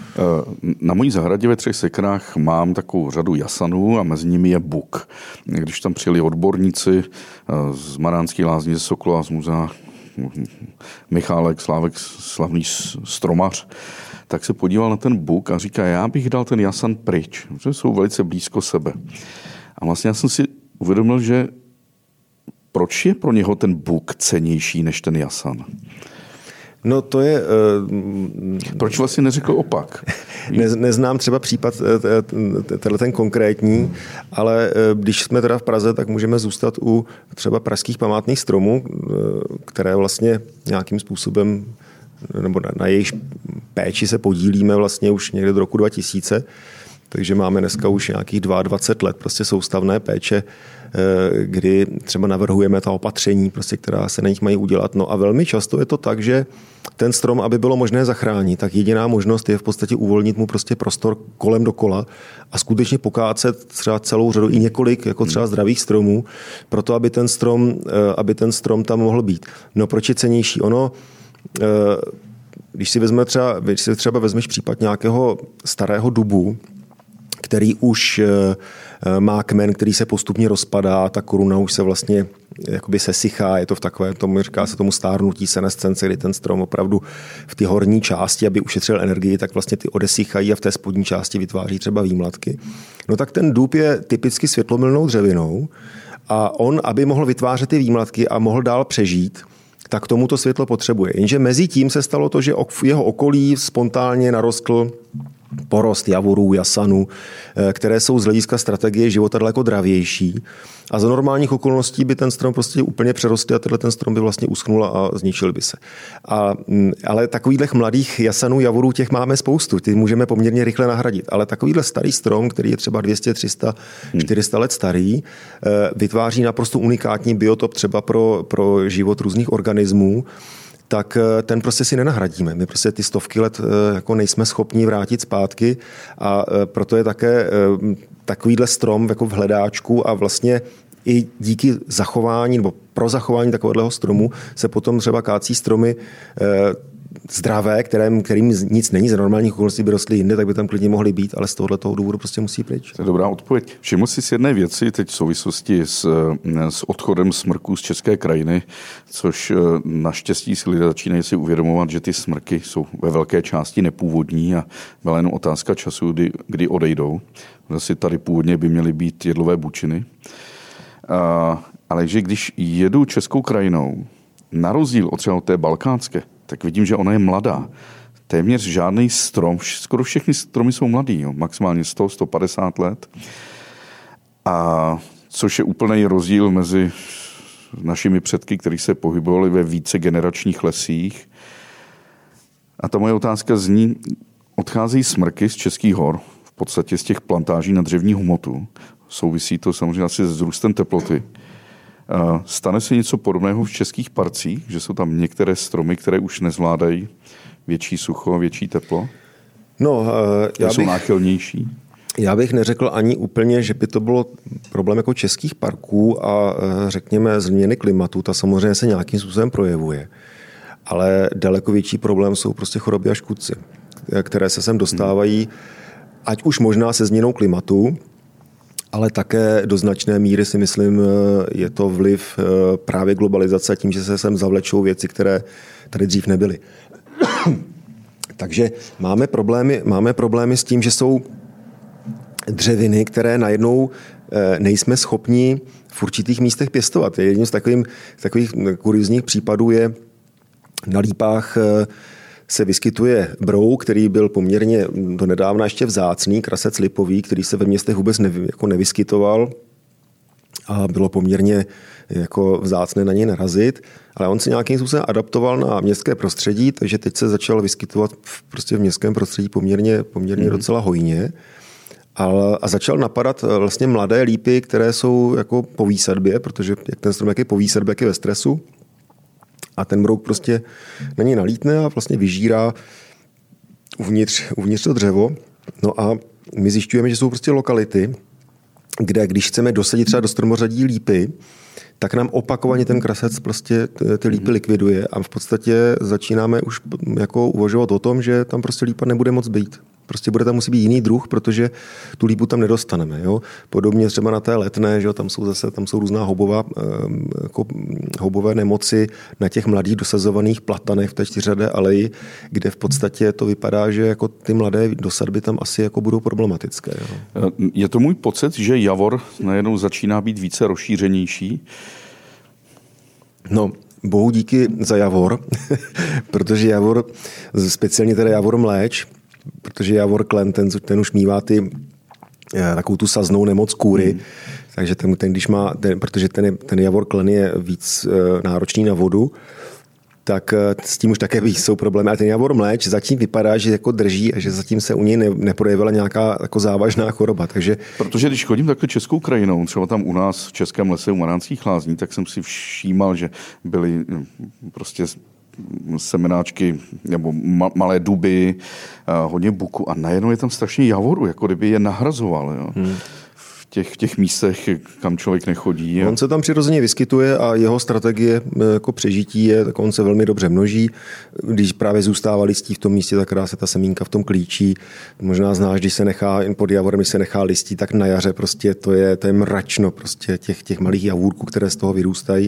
Na mojí zahradě ve 3 sekrách mám takovou řadu jasanů a mezi nimi je buk. Když tam přijeli odborníci z Maránské lázně, z Sokolova, z muzea Michálek, Slávek, slavný stromař, tak se podíval na ten buk a říká, já bych dal ten jasan pryč, protože jsou velice blízko sebe. A vlastně já jsem si uvědomil, že proč je pro něho ten buk cennější než ten jasan? No to je... Proč vlastně neřekl opak? Neznám třeba případ ten konkrétní, ale když jsme teda v Praze, tak můžeme zůstat u třeba pražských památných stromů, které vlastně nějakým způsobem, nebo na jejich péči se podílíme vlastně už někde do roku 2000, takže máme dneska už nějakých 22 let prostě soustavné péče, kdy třeba navrhujeme ta opatření, prostě, která se na nich mají udělat. No a velmi často je to tak, že ten strom, aby bylo možné zachránit, tak jediná možnost je v podstatě uvolnit mu prostě prostor kolem dokola a skutečně pokácet třeba celou řadu i několik jako třeba zdravých stromů, proto aby ten strom tam mohl být. No proč je cennější? Ono, když si třeba vezmeš případ nějakého starého dubu, který už má kmen, který se postupně rozpadá, ta koruna už se vlastně jakoby sesychá, je to v takové, říká se tomu stárnutí senescence, kdy ten strom opravdu v té horní části, aby ušetřil energii, tak vlastně ty odesychají a v té spodní části vytváří třeba výmlatky. No tak ten dub je typicky světlomilnou dřevinou a on, aby mohl vytvářet ty výmlatky a mohl dál přežít, tak tomu to světlo potřebuje. Jenže mezi tím se stalo to, že v jeho okolí spontánně narostl porost javorů, jasanů, které jsou z hlediska strategie života daleko dravější. A za normálních okolností by ten strom prostě úplně přerostl a ten strom by vlastně uschnul a zničil by se. Ale takových mladých jasanů, javorů, těch máme spoustu. Ty můžeme poměrně rychle nahradit. Ale takovýhle starý strom, který je třeba 200, 300, 400 let starý, vytváří naprosto unikátní biotop třeba pro život různých organismů, tak ten prostě si nenahradíme. My prostě ty stovky let jako nejsme schopni vrátit zpátky a proto je také takovýhle strom jako v hledáčku a vlastně i díky zachování nebo pro zachování takového stromu se potom třeba kácí stromy zdravé, kterým nic není, za normálních okolností by rostly jinde, tak by tam klidně mohly být, ale z tohoto důvodu prostě musí pryč. To je dobrá odpověď. Všiml jsi si jedné věci teď v souvislosti s odchodem smrků z české krajiny, což naštěstí si lidé začínají si uvědomovat, že ty smrky jsou ve velké části nepůvodní a byla jen otázka času, kdy odejdou. Zase tady původně by měly být jedlové bučiny. Ale že když jedu českou krajinou, na rozdíl od třeba té balkánské, tak vidím, že ona je mladá. Téměř žádný strom, skoro všechny stromy jsou mladý, jo, maximálně 100, 150 let. A což je úplný rozdíl mezi našimi předky, kteří se pohybovali ve více generačních lesích. A ta moje otázka zní, odcházejí smrky z českých hor, v podstatě z těch plantáží na dřevní hmotu. Souvisí to samozřejmě asi s růstem teploty. Stane se něco podobného v českých parcích, že jsou tam některé stromy, které už nezvládají větší sucho, větší teplo? No, jsou náchylnější? Já bych neřekl ani úplně, že by to bylo problém jako českých parků a řekněme změny klimatu, ta samozřejmě se nějakým způsobem projevuje. Ale daleko větší problém jsou prostě choroby a škůdci, které se sem dostávají, ať už možná se změnou klimatu, ale také do značné míry si myslím, je to vliv právě globalizace tím, že se sem zavlečou věci, které tady dřív nebyly. Takže máme problémy s tím, že jsou dřeviny, které najednou nejsme schopni v určitých místech pěstovat. Jedním z takových kuriozních případů je na Lípách se vyskytuje brouk, který byl poměrně do nedávna ještě vzácný, krasec lipový, který se ve městech vůbec nevyskytoval a bylo poměrně jako vzácné na něj narazit, ale on se nějakým způsobem adaptoval na městské prostředí, takže teď se začal vyskytovat prostě v městském prostředí poměrně docela hojně a začal napadat vlastně mladé lípy, které jsou jako po výsadbě, protože jak ten strom je po výsadbě, jak je ve stresu, a ten brouk prostě na něj nalítne a vlastně vyžírá uvnitř to dřevo. No a my zjišťujeme, že jsou prostě lokality, kde když chceme dosadit třeba do stromořadí lípy, tak nám opakovaně ten krasec prostě ty lípy likviduje a v podstatě začínáme už jako uvažovat o tom, že tam prostě lípa nebude moc být. Prostě bude tam musí být jiný druh, protože tu lípu tam nedostaneme. Jo? Podobně třeba na té Letné, že jo? Tam jsou různá houbové nemoci na těch mladých dosazovaných platanech v té 4řadé aleji, kde v podstatě to vypadá, že jako ty mladé dosadby tam asi jako budou problematické. Jo? Je to můj pocit, že javor najednou začíná být více rozšířenější? No, bohu díky za javor, protože javor, speciálně teda javor mléč, protože javor klen, ten už mívá takovou tu saznou nemoc kůry, takže protože ten javor klen je víc náročný na vodu, tak s tím už také jsou problémy. A ten javor mléč zatím vypadá, že jako drží a že zatím se u něj neprojevila nějaká jako závažná choroba. Protože když chodím takhle českou krajinou, třeba tam u nás v Českém lese u Maránských Lázní, tak jsem si všímal, že byly prostě semenáčky nebo malé duby, hodně buku a najednou je tam strašně javoru, jako kdyby je nahrazoval. Jo. V těch místech, kam člověk nechodí. On se tam přirozeně vyskytuje a jeho strategie jako přežití je, tak on se velmi dobře množí. Když právě zůstává listí v tom místě, tak se ta semínka v tom klíčí. Možná znáš, když se nechá pod javorem, když se nechá listí, tak na jaře prostě to je mračno prostě těch malých javůrků, které z toho vyrůstají.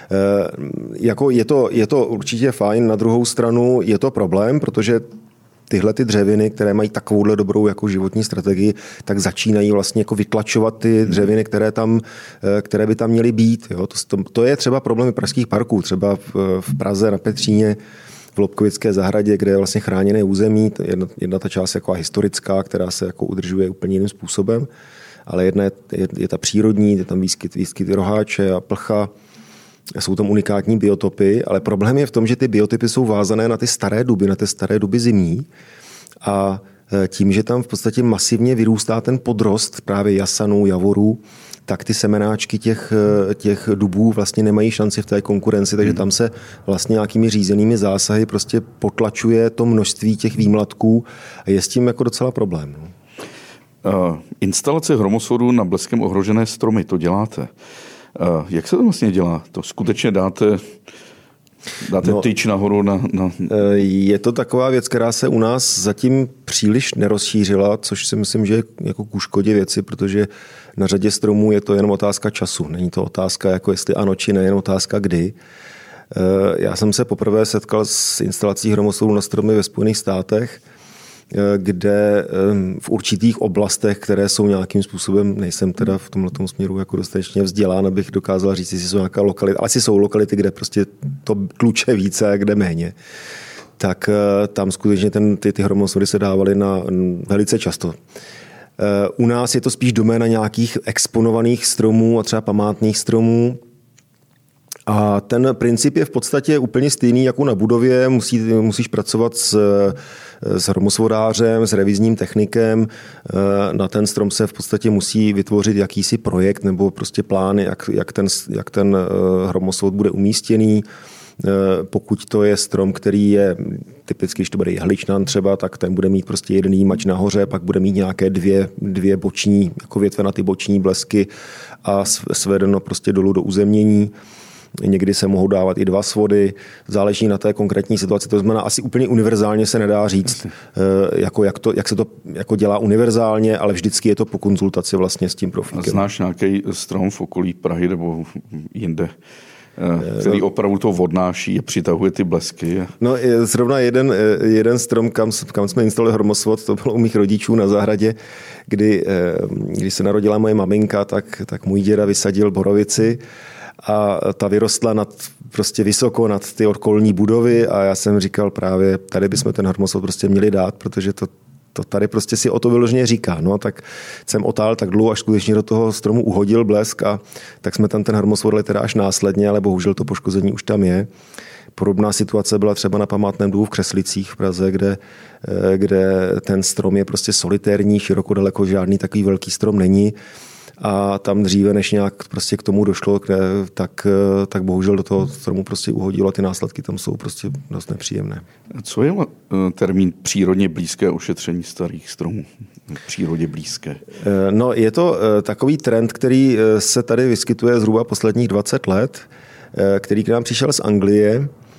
Jako je to určitě fajn, na druhou stranu je to problém, protože tyhle ty dřeviny, které mají takovouhle dobrou jako životní strategii, tak začínají vlastně jako vytlačovat ty dřeviny, které by tam měly být. Jo? To je třeba problém pražských parků, třeba v Praze na Petříně, v Lobkovické zahradě, kde je vlastně chráněné území, jedna ta část jako historická, která se jako udržuje úplně jiným způsobem, ale jedna je ta přírodní, je tam výskyt roháče a plcha. Jsou tam unikátní biotopy, ale problém je v tom, že ty biotypy jsou vázané na ty staré duby zimní a tím, že tam v podstatě masivně vyrůstá ten podrost právě jasanů, javorů, tak ty semenáčky těch dubů vlastně nemají šanci v té konkurenci, takže tam se vlastně nějakými řízenými zásahy prostě potlačuje to množství těch výmladků a je s tím jako docela problém. Instalace hromosodu na bleskem ohrožené stromy, to děláte. Jak se to vlastně dělá? To skutečně dáte tyč nahoru na... Je to taková věc, která se u nás zatím příliš nerozšířila, což si myslím, že je jako ku škodě věci, protože na řadě stromů je to jenom otázka času. Není to otázka, jako jestli ano či ne, jen otázka kdy. Já jsem se poprvé setkal s instalací hromosodu na stromy ve Spojených státech, kde v určitých oblastech, které jsou nějakým způsobem, nejsem teda v tomhletom směru jako dostatečně vzdělán, abych dokázal říct, jestli jsou nějaká lokalita, asi jsou lokality, kde prostě to tluče více a kde méně. Tak tam skutečně ty hromosody se dávaly velice často. U nás je to spíš doména nějakých exponovaných stromů a třeba památných stromů. A ten princip je v podstatě úplně stejný jako na budově. Musíš pracovat s hromosvodářem, s revizním technikem. Na ten strom se v podstatě musí vytvořit jakýsi projekt nebo prostě plán, jak ten hromosvod bude umístěný. Pokud to je strom, který je typicky, když to bude jehličnan třeba, tak ten bude mít prostě jeden jímač nahoře, pak bude mít nějaké dvě boční, jako větvenaté boční blesky a svedeno prostě dolů do uzemnění. Někdy se mohou dávat i 2 svody, záleží na té konkrétní situaci. To znamená, asi úplně univerzálně se nedá říct, jak se to jako dělá univerzálně, ale vždycky je to po konzultaci vlastně s tím profíkem. Znáš nějaký strom v okolí Prahy nebo jinde, který opravdu to odnáší a přitahuje ty blesky? No, zrovna jeden strom, kam jsme instalovali hromosvod, to bylo u mých rodičů na zahradě, kdy se narodila moje maminka, tak můj děda vysadil borovici a ta vyrostla prostě vysoko nad ty okolní budovy a já jsem říkal právě, tady bychom ten hromosvod prostě měli dát, protože to tady prostě si o to vyloženě říká. No, tak jsem otál tak dlouho, až skutečně do toho stromu uhodil blesk a tak jsme tam ten hromosvod dali teda až následně, ale bohužel to poškození už tam je. Podobná situace byla třeba na památném důlu v Křeslicích v Praze, kde ten strom je prostě solitérní, široko daleko žádný takový velký strom není. A tam dříve, než nějak prostě k tomu došlo, tak bohužel do toho stromu prostě uhodilo a ty následky tam jsou prostě dost nepříjemné. Co je termín přírodně blízké ošetření starých stromů? Přírodě blízké. No, je to takový trend, který se tady vyskytuje zhruba posledních 20 let, který k nám přišel z Anglie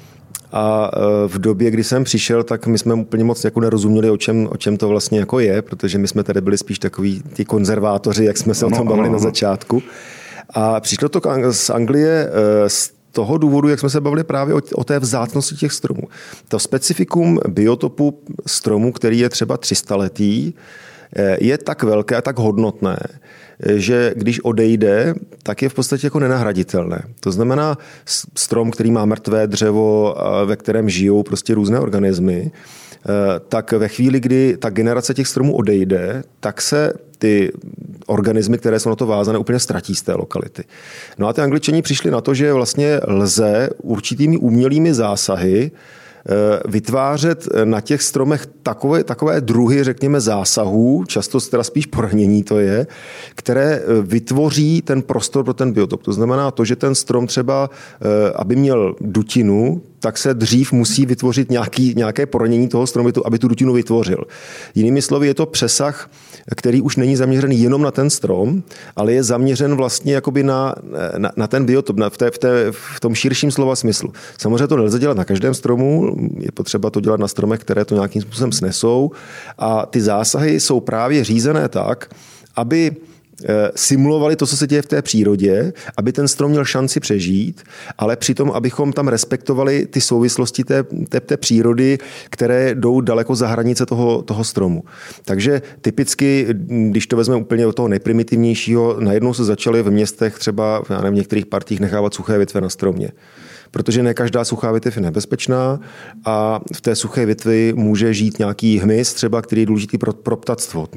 A v době, kdy jsem přišel, tak my jsme úplně moc jako nerozuměli, o čem to vlastně jako je, protože my jsme tady byli spíš takový ty konzervátoři, jak jsme se o tom bavili na začátku. A přišlo to z Anglie z toho důvodu, jak jsme se bavili právě o té vzácnosti těch stromů. To specifikum biotopu stromu, který je třeba 300letý, je tak velké a tak hodnotné, že když odejde, tak je v podstatě jako nenahraditelné. To znamená strom, který má mrtvé dřevo, ve kterém žijou prostě různé organismy, tak ve chvíli, kdy ta generace těch stromů odejde, tak se ty organismy, které jsou na to vázané, úplně ztratí z té lokality. No a ty Angličani přišli na to, že vlastně lze určitými umělými zásahy vytvářet na těch stromech takové druhy, řekněme, zásahů, často teda spíš poranění to je, které vytvoří ten prostor pro ten biotop. To znamená to, že ten strom třeba, aby měl dutinu, tak se dřív musí vytvořit nějaké poranění toho stromu, aby tu dutinu vytvořil. Jinými slovy, je to přesah, který už není zaměřený jenom na ten strom, ale je zaměřen vlastně jakoby na ten biotop, v tom širším slova smyslu. Samozřejmě to nelze dělat na každém stromu, je potřeba to dělat na stromech, které to nějakým způsobem snesou, a ty zásahy jsou právě řízené tak, aby simulovali to, co se děje v té přírodě, aby ten strom měl šanci přežít, ale přitom, abychom tam respektovali ty souvislosti té přírody, které jdou daleko za hranice toho stromu. Takže typicky, když to vezmeme úplně od toho nejprimitivnějšího, najednou se začaly v městech třeba v některých partiích nechávat suché větve na stromě. Protože ne každá suchá větev je nebezpečná a v té suché větvi může žít nějaký hmyz, třeba, který je důležitý pro ptactvo.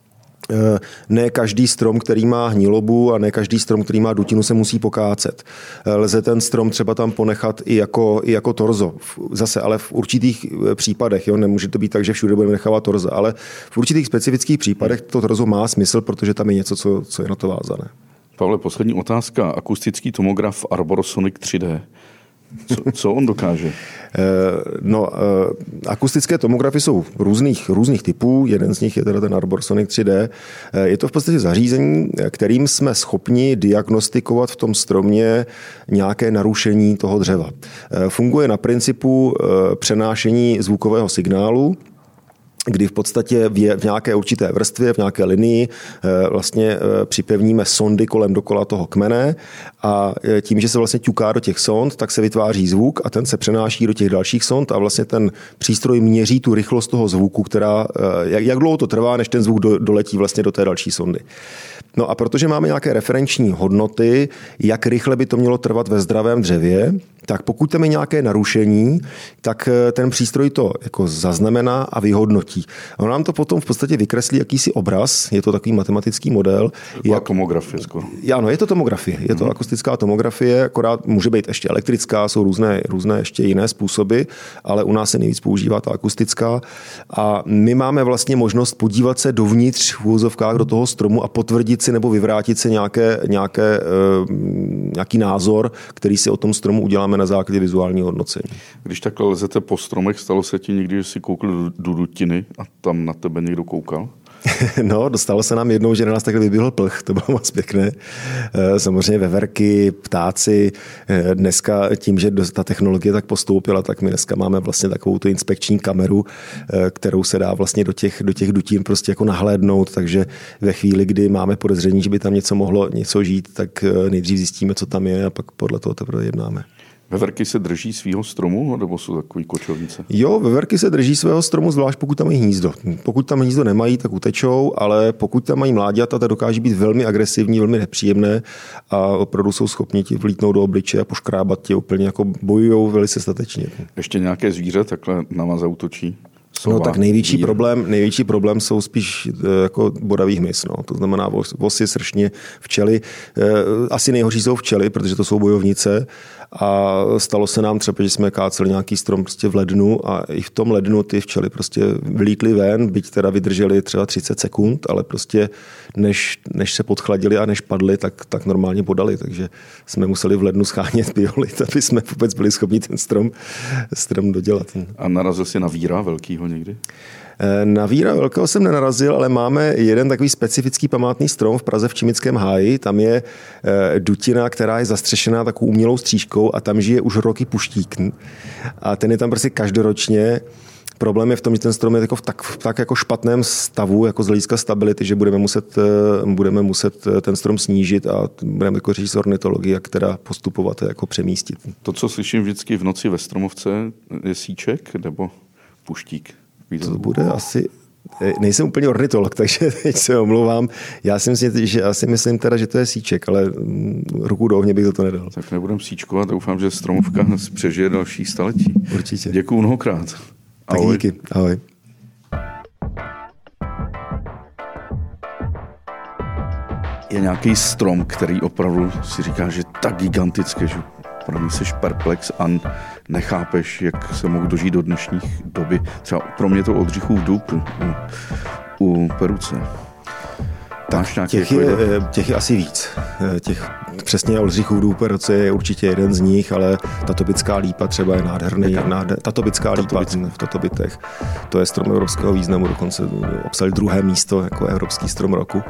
Ne každý strom, který má hnilobu, a ne každý strom, který má dutinu, se musí pokácet. Lze ten strom třeba tam ponechat i jako torzo. Zase ale v určitých případech, jo, nemůže to být tak, že všude budeme nechávat torzo, ale v určitých specifických případech to torzo má smysl, protože tam je něco, co je na to vázané. Pavle, poslední otázka. Akustický tomograf Arborosonic 3D. Co on dokáže? Akustické tomografy jsou různých typů. Jeden z nich je teda ten Arborosonic 3D. Je to v podstatě zařízení, kterým jsme schopni diagnostikovat v tom stromě nějaké narušení toho dřeva. Funguje na principu přenášení zvukového signálu, kdy v podstatě v nějaké určité vrstvě, v nějaké linii vlastně připevníme sondy kolem dokola toho kmene a tím, že se vlastně ťuká do těch sond, tak se vytváří zvuk a ten se přenáší do těch dalších sond a vlastně ten přístroj měří tu rychlost toho zvuku, jak dlouho to trvá, než ten zvuk doletí vlastně do té další sondy. No a protože máme nějaké referenční hodnoty, jak rychle by to mělo trvat ve zdravém dřevě, tak pokud tam je nějaké narušení, tak ten přístroj to jako zaznamená a vyhodnotí. A on nám to potom v podstatě vykreslí jakýsi obraz, je to takový matematický model. Tomografie skoro. Ano, je to tomografie, je to akustická tomografie, akorát může být ještě elektrická, jsou různé ještě jiné způsoby, ale u nás se nejvíc používá ta akustická. A my máme vlastně možnost podívat se dovnitř v úvozovkách do toho stromu a potvrdit si nebo vyvrátit si nějaký názor, který si o tom stromu uděláme na základě vizuálního hodnocení. Když takhle lezete po stromech, stalo se ti někdy, že jsi koukl do dutiny a tam na tebe někdo koukal? No, dostalo se nám jednou, že na nás takhle vyběhl plch, to bylo moc pěkné. Samozřejmě veverky, ptáci. Dneska tím, že ta technologie tak postoupila, tak my dneska máme vlastně takovou tu inspekční kameru, kterou se dá vlastně do těch dutin prostě jako nahlédnout, takže ve chvíli, kdy máme podezření, že by tam mohlo něco žít, tak nejdřív zjistíme, co tam je a pak podle toho teprve jednáme. Veverky se drží svého stromu, nebo jsou takový kočovnice? Jo, veverky se drží svého stromu, zvlášť pokud tam mají hnízdo. Pokud tam hnízdo nemají, tak utečou, ale pokud tam mají mláďata, tak dokáží být velmi agresivní, velmi nepříjemné a opravdu jsou schopni ti vlítnout do obličeje a poškrábat tě úplně, jako bojujou velice statečně. Ještě nějaké zvíře takhle na vás zaútočí? No tak největší problém jsou spíš jako bodavý hmyz. No. To znamená vosy, sršně, včely. Asi nejhorší jsou včely, protože to jsou bojovnice. A stalo se nám třeba, že jsme káceli nějaký strom prostě v lednu a i v tom lednu ty včely prostě vylítly ven, byť teda vydrželi třeba 30 sekund, ale prostě než se podchladili a než padli, tak normálně podali. Takže jsme museli v lednu schánět biolit, aby jsme vůbec byli schopni ten strom dodělat. A narazil jsi na víra velkýho velkého někdy? Na víra velkého jsem nenarazil, ale máme jeden takový specifický památný strom v Praze v Čimickém háji. Tam je dutina, která je zastřešená takovou umělou střížkou a tam žije už roky puštík. A ten je tam prostě každoročně. Problém je v tom, že ten strom je v tak jako špatném stavu, jako z hlediska stability, že budeme muset ten strom snížit a budeme jako řešit ornitologii, jak teda postupovat a jako přemístit. To, co slyším vždycky v noci ve Stromovce, je síček nebo puštík? To bude asi... Nejsem úplně ornitolog, takže teď se omlouvám. Já si myslím teda, že to je síček, ale ruku do ohně bych to nedal. Tak nebudem síčkovat a doufám, že Stromovka přežije další staletí. Určitě. Děkuju mnohokrát. Tak ahoj. Díky. Ahoj. Je nějaký strom, který opravdu si říká, že je tak gigantický, že pro mě seš perplex a nechápeš, jak se mohl dožít do dnešních doby. Třeba pro mě to Oldřichův dub u Peruce. Tak těch je asi víc. Přesně Oldřichův dub Peruce je určitě jeden z nich, ale Tatobitská lípa třeba je nádherný. Tatobitská lípa v Tatobitech. To je strom evropského významu, dokonce obsadil 2. místo jako evropský strom roku.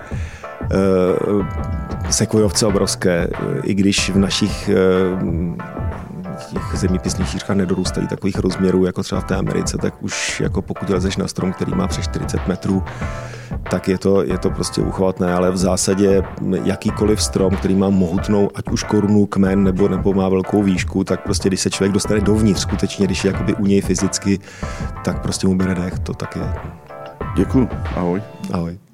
Sekvojovce obrovské, i když v našich těch zeměpisných šířkách nedorůstají takových rozměrů, jako třeba v té Americe, tak už jako pokud lezeš na strom, který má přes 40 metrů, tak je to prostě uchvatné, ale v zásadě jakýkoliv strom, který má mohutnou, ať už korunu, kmen, nebo má velkou výšku, tak prostě když se člověk dostane dovnitř, skutečně, když je jakoby u něj fyzicky, tak prostě mu bere dech, to tak je. Děkuju, ahoj. Ahoj.